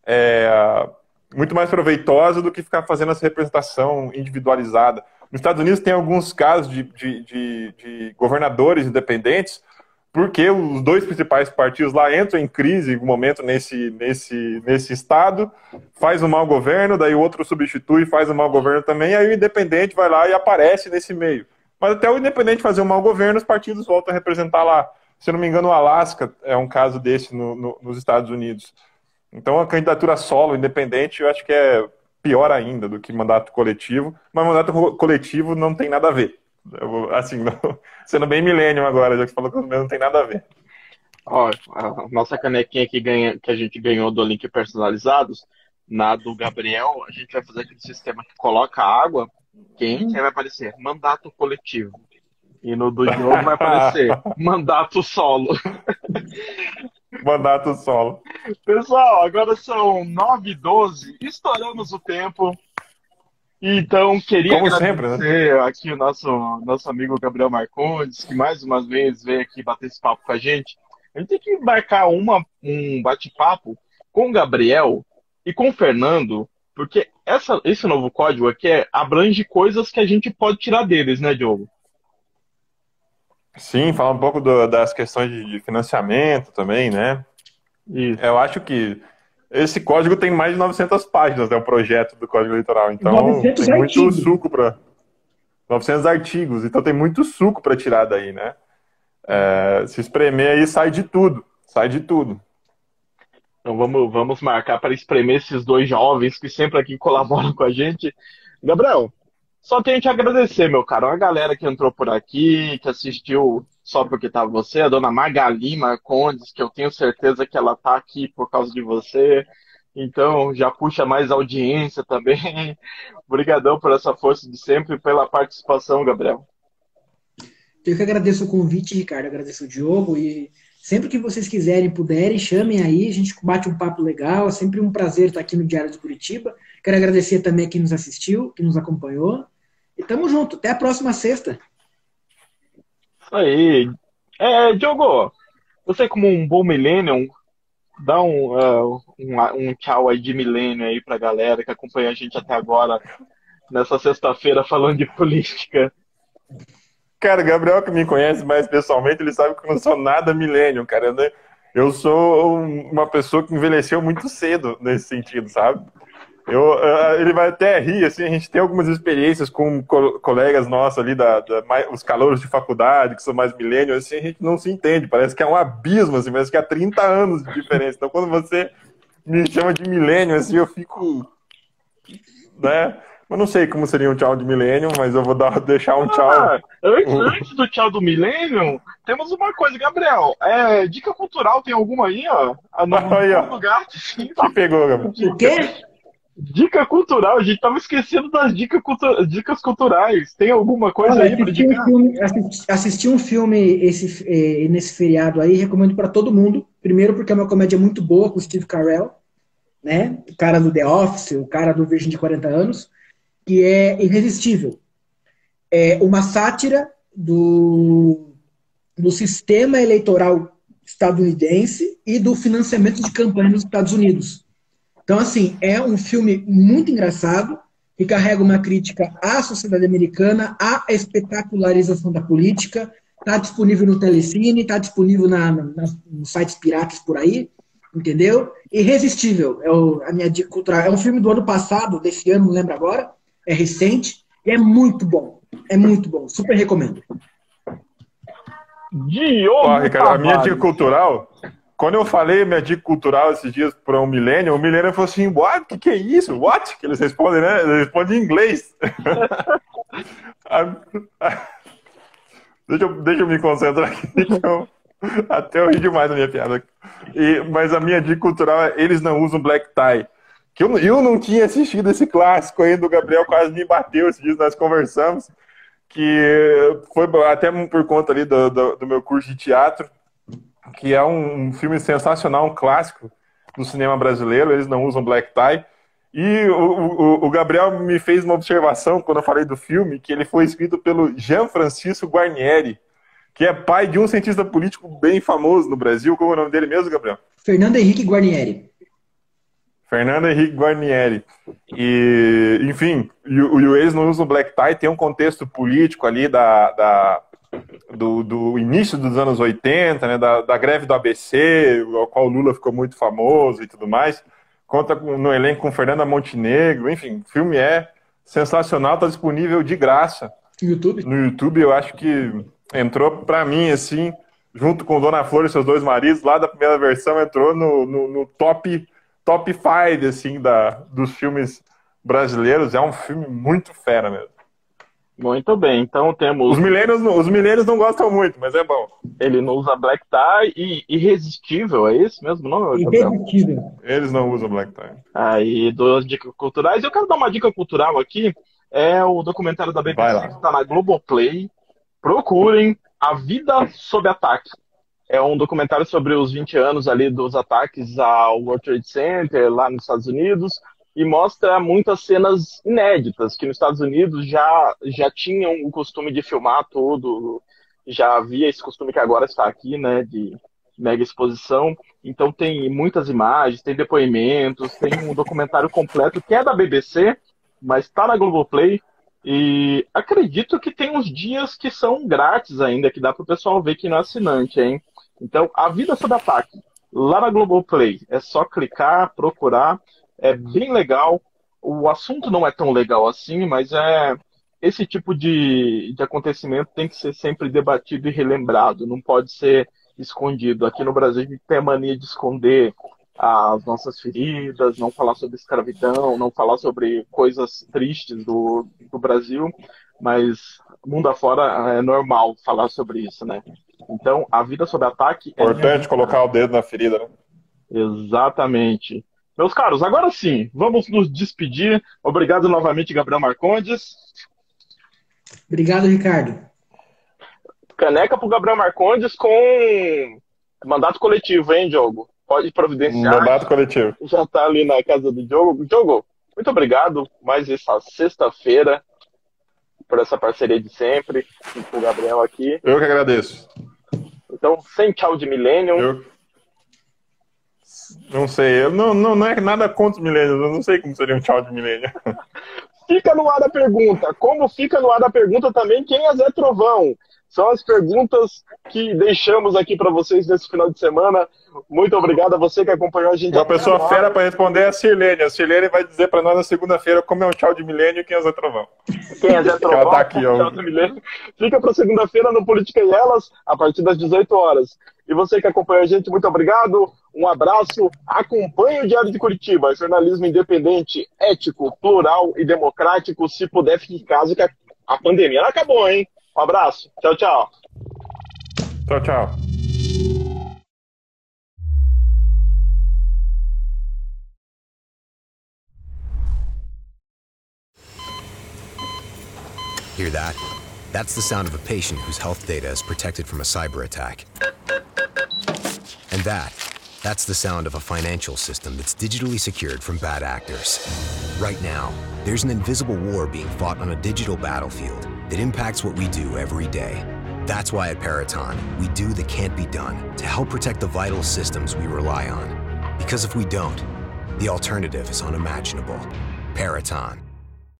proveitosa do que ficar fazendo essa representação individualizada. Nos Estados Unidos tem alguns casos de governadores independentes, porque os dois principais partidos lá entram em crise em algum momento nesse estado, faz um mau governo, daí o outro substitui e faz um mau governo também, aí o independente vai lá e aparece nesse meio. Mas até o independente fazer um mau governo, os partidos voltam a representar lá. Se eu não me engano, o Alasca é um caso desse nos Estados Unidos. Então, a candidatura solo, independente, eu acho que é pior ainda do que mandato coletivo, mas mandato coletivo não tem nada a ver. Sendo bem millennium agora, já que falou que não tem nada a ver. Ó, a nossa canequinha que a gente ganhou do Link Personalizados, na do Gabriel, a gente vai fazer aquele sistema que coloca água quente, aí vai aparecer mandato coletivo. E no do Diogo vai aparecer mandato solo. Mandato solo. Pessoal, agora são 9h12, estouramos o tempo. Então, queria Como agradecer sempre, né? aqui o nosso amigo Gabriel Marcondes, que mais uma vez veio aqui bater esse papo com a gente. A gente tem que marcar um bate-papo com o Gabriel e com o Fernando, porque esse novo código aqui abrange coisas que a gente pode tirar deles, né, Diogo? Sim, falar um pouco das questões de financiamento também, né? Isso. Eu acho que esse código tem mais de 900 páginas, né? O projeto do Código Eleitoral. Então, 900 tem muito artigos. suco para 900 artigos. Então, tem muito suco para tirar daí, né? Se espremer aí, sai de tudo. Sai de tudo. Então, vamos marcar para espremer esses dois jovens que sempre aqui colaboram com a gente. Gabriel, só tenho que agradecer, meu caro. A galera que entrou por aqui, que assistiu só porque estava você, a dona Magali Marcondes, que eu tenho certeza que ela tá aqui por causa de você. Então, já puxa mais audiência também. Obrigadão por essa força de sempre e pela participação, Gabriel. Eu que agradeço o convite, Ricardo, agradeço o Diogo, e sempre que vocês quiserem, puderem, chamem aí, a gente bate um papo legal, é sempre um prazer estar aqui no Diário de Curitiba. Quero agradecer também a quem nos assistiu, quem nos acompanhou, e tamo junto, até a próxima sexta. Isso aí. Diogo, você como um bom millennium, dá um tchau aí de milênio aí pra galera que acompanha a gente até agora, nessa sexta-feira, falando de política. Cara, o Gabriel que me conhece mais pessoalmente, ele sabe que eu não sou nada millennium, cara. Eu sou uma pessoa que envelheceu muito cedo nesse sentido, sabe? Ele vai até rir, assim, a gente tem algumas experiências com colegas nossos ali, os calouros de faculdade, que são mais millennials, assim, a gente não se entende, parece que é um abismo, assim, parece que há 30 anos de diferença. Então, quando você me chama de millennium, assim, eu fico, né? Eu não sei como seria um tchau de millennium, mas eu vou deixar um tchau. Antes do tchau do millennium, temos uma coisa, Gabriel. Dica cultural, tem alguma aí, ó? Aí, ó. Lugar. Que pegou, Gabriel? O quê? Dica cultural, a gente tava esquecendo das dicas culturais. Tem alguma coisa aí pra indicar? Assisti um filme nesse feriado aí, recomendo para todo mundo. Primeiro porque é uma comédia muito boa com o Steve Carell, né? O cara do The Office, o cara do Virgem de 40 anos, que é Irresistível. É uma sátira do sistema eleitoral estadunidense e do financiamento de campanha nos Estados Unidos. Então, assim, é um filme muito engraçado, que carrega uma crítica à sociedade americana, à espetacularização da política. Está disponível no Telecine, está disponível nos sites piratas por aí, entendeu? Irresistível, a minha dica cultural. É um filme do ano passado, desse ano, não lembro agora, é recente, e é muito bom, super recomendo. Diogo, Ricardo, a minha dica cultural... Quando eu falei minha dica cultural esses dias para um millennial, o millennial falou assim, what? Que é isso? What? Que eles respondem, né? Eles respondem em inglês. Deixa eu me concentrar aqui. Até eu ri demais na minha piada. Mas a minha dica cultural é eles não usam black tie. Que eu não tinha assistido esse clássico ainda, o Gabriel quase me bateu esses dias, nós conversamos, que foi até por conta ali do meu curso de teatro, que é um filme sensacional, um clássico do cinema brasileiro. Eles não usam black tie. E o Gabriel me fez uma observação quando eu falei do filme, que ele foi escrito pelo Gianfrancesco Guarnieri, que é pai de um cientista político bem famoso no Brasil. Como é o nome dele mesmo, Gabriel? Fernando Henrique Guarnieri. Fernando Henrique Guarnieri. E, enfim, e eles não usam black tie, tem um contexto político ali do início dos anos 80, né, da greve do ABC, ao qual o Lula ficou muito famoso e tudo mais. Conta no elenco com Fernanda Montenegro, enfim, o filme é sensacional, está disponível de graça. No YouTube, eu acho que entrou para mim, assim, junto com Dona Flor e seus dois maridos, lá da primeira versão, entrou no top 5, assim, dos filmes brasileiros. É um filme muito fera mesmo. Muito bem, então temos... Os milênios não gostam muito, mas é bom. Ele não usa black tie e Irresistível, é esse mesmo nome? Irresistível. Eles não usam black tie. Aí, 2 dicas culturais. Eu quero dar uma dica cultural aqui. É o documentário da BBC que está na Globoplay. Procurem A Vida Sob Ataque. É um documentário sobre os 20 anos ali dos ataques ao World Trade Center, lá nos Estados Unidos, e mostra muitas cenas inéditas, que nos Estados Unidos já tinham o costume de filmar tudo, já havia esse costume que agora está aqui, né, de mega exposição. Então tem muitas imagens, tem depoimentos, tem um documentário completo que é da BBC, mas está na Globoplay, e acredito que tem uns dias que são grátis ainda, que dá para o pessoal ver que não é assinante, hein? Então, A Vida Sob Ataque, lá na Globoplay, é só clicar, procurar, é bem legal. O assunto não é tão legal assim, mas esse tipo de acontecimento tem que ser sempre debatido e relembrado, não pode ser escondido. Aqui no Brasil a gente tem a mania de esconder as nossas feridas, não falar sobre escravidão, não falar sobre coisas tristes do Brasil, mas mundo afora é normal falar sobre isso, né? Então, A Vida Sob Ataque... Importante colocar o dedo na ferida, né? Exatamente. Meus caros, agora sim, vamos nos despedir. Obrigado novamente, Gabriel Marcondes. Obrigado, Ricardo. Caneca pro Gabriel Marcondes com mandato coletivo, hein, Diogo? Pode providenciar. Mandato coletivo. Já tá ali na casa do Diogo. Diogo, muito obrigado mais essa sexta-feira por essa parceria de sempre com o Gabriel aqui. Eu que agradeço. Então, sem tchau de Millennium. Não sei, não é nada contra os milênios, eu não sei como seria um tchau de milênio. Fica no ar a pergunta. Como fica no ar a pergunta também, quem é Zé Trovão? São as perguntas que deixamos aqui para vocês nesse final de semana. Muito obrigado a você que acompanhou a gente. Uma pessoa fera para responder é a Sirlene. A Sirlene vai dizer para nós na segunda-feira como é um tchau de milênio e quem é Zé Trovão. Quem é Zé Trovão? Ela tá aqui, ó. Tchau de milênio. Fica para segunda-feira no Política e Elas, a partir das 18 horas. E você que acompanhou a gente, muito obrigado. Um abraço. Acompanhe o Diário de Curitiba. Jornalismo independente, ético, plural e democrático. Se puder, fique em casa que a pandemia não acabou, hein? Um abraço. Tchau, tchau. Tchau, tchau. Hear that? That's the sound of a patient whose health data is protected from a cyber attack. And that's the sound of a financial system that's digitally secured from bad actors. Right now, there's an invisible war being fought on a digital battlefield that impacts what we do every day. That's why at Peraton, we do the can't be done to help protect the vital systems we rely on. Because if we don't, the alternative is unimaginable. Peraton.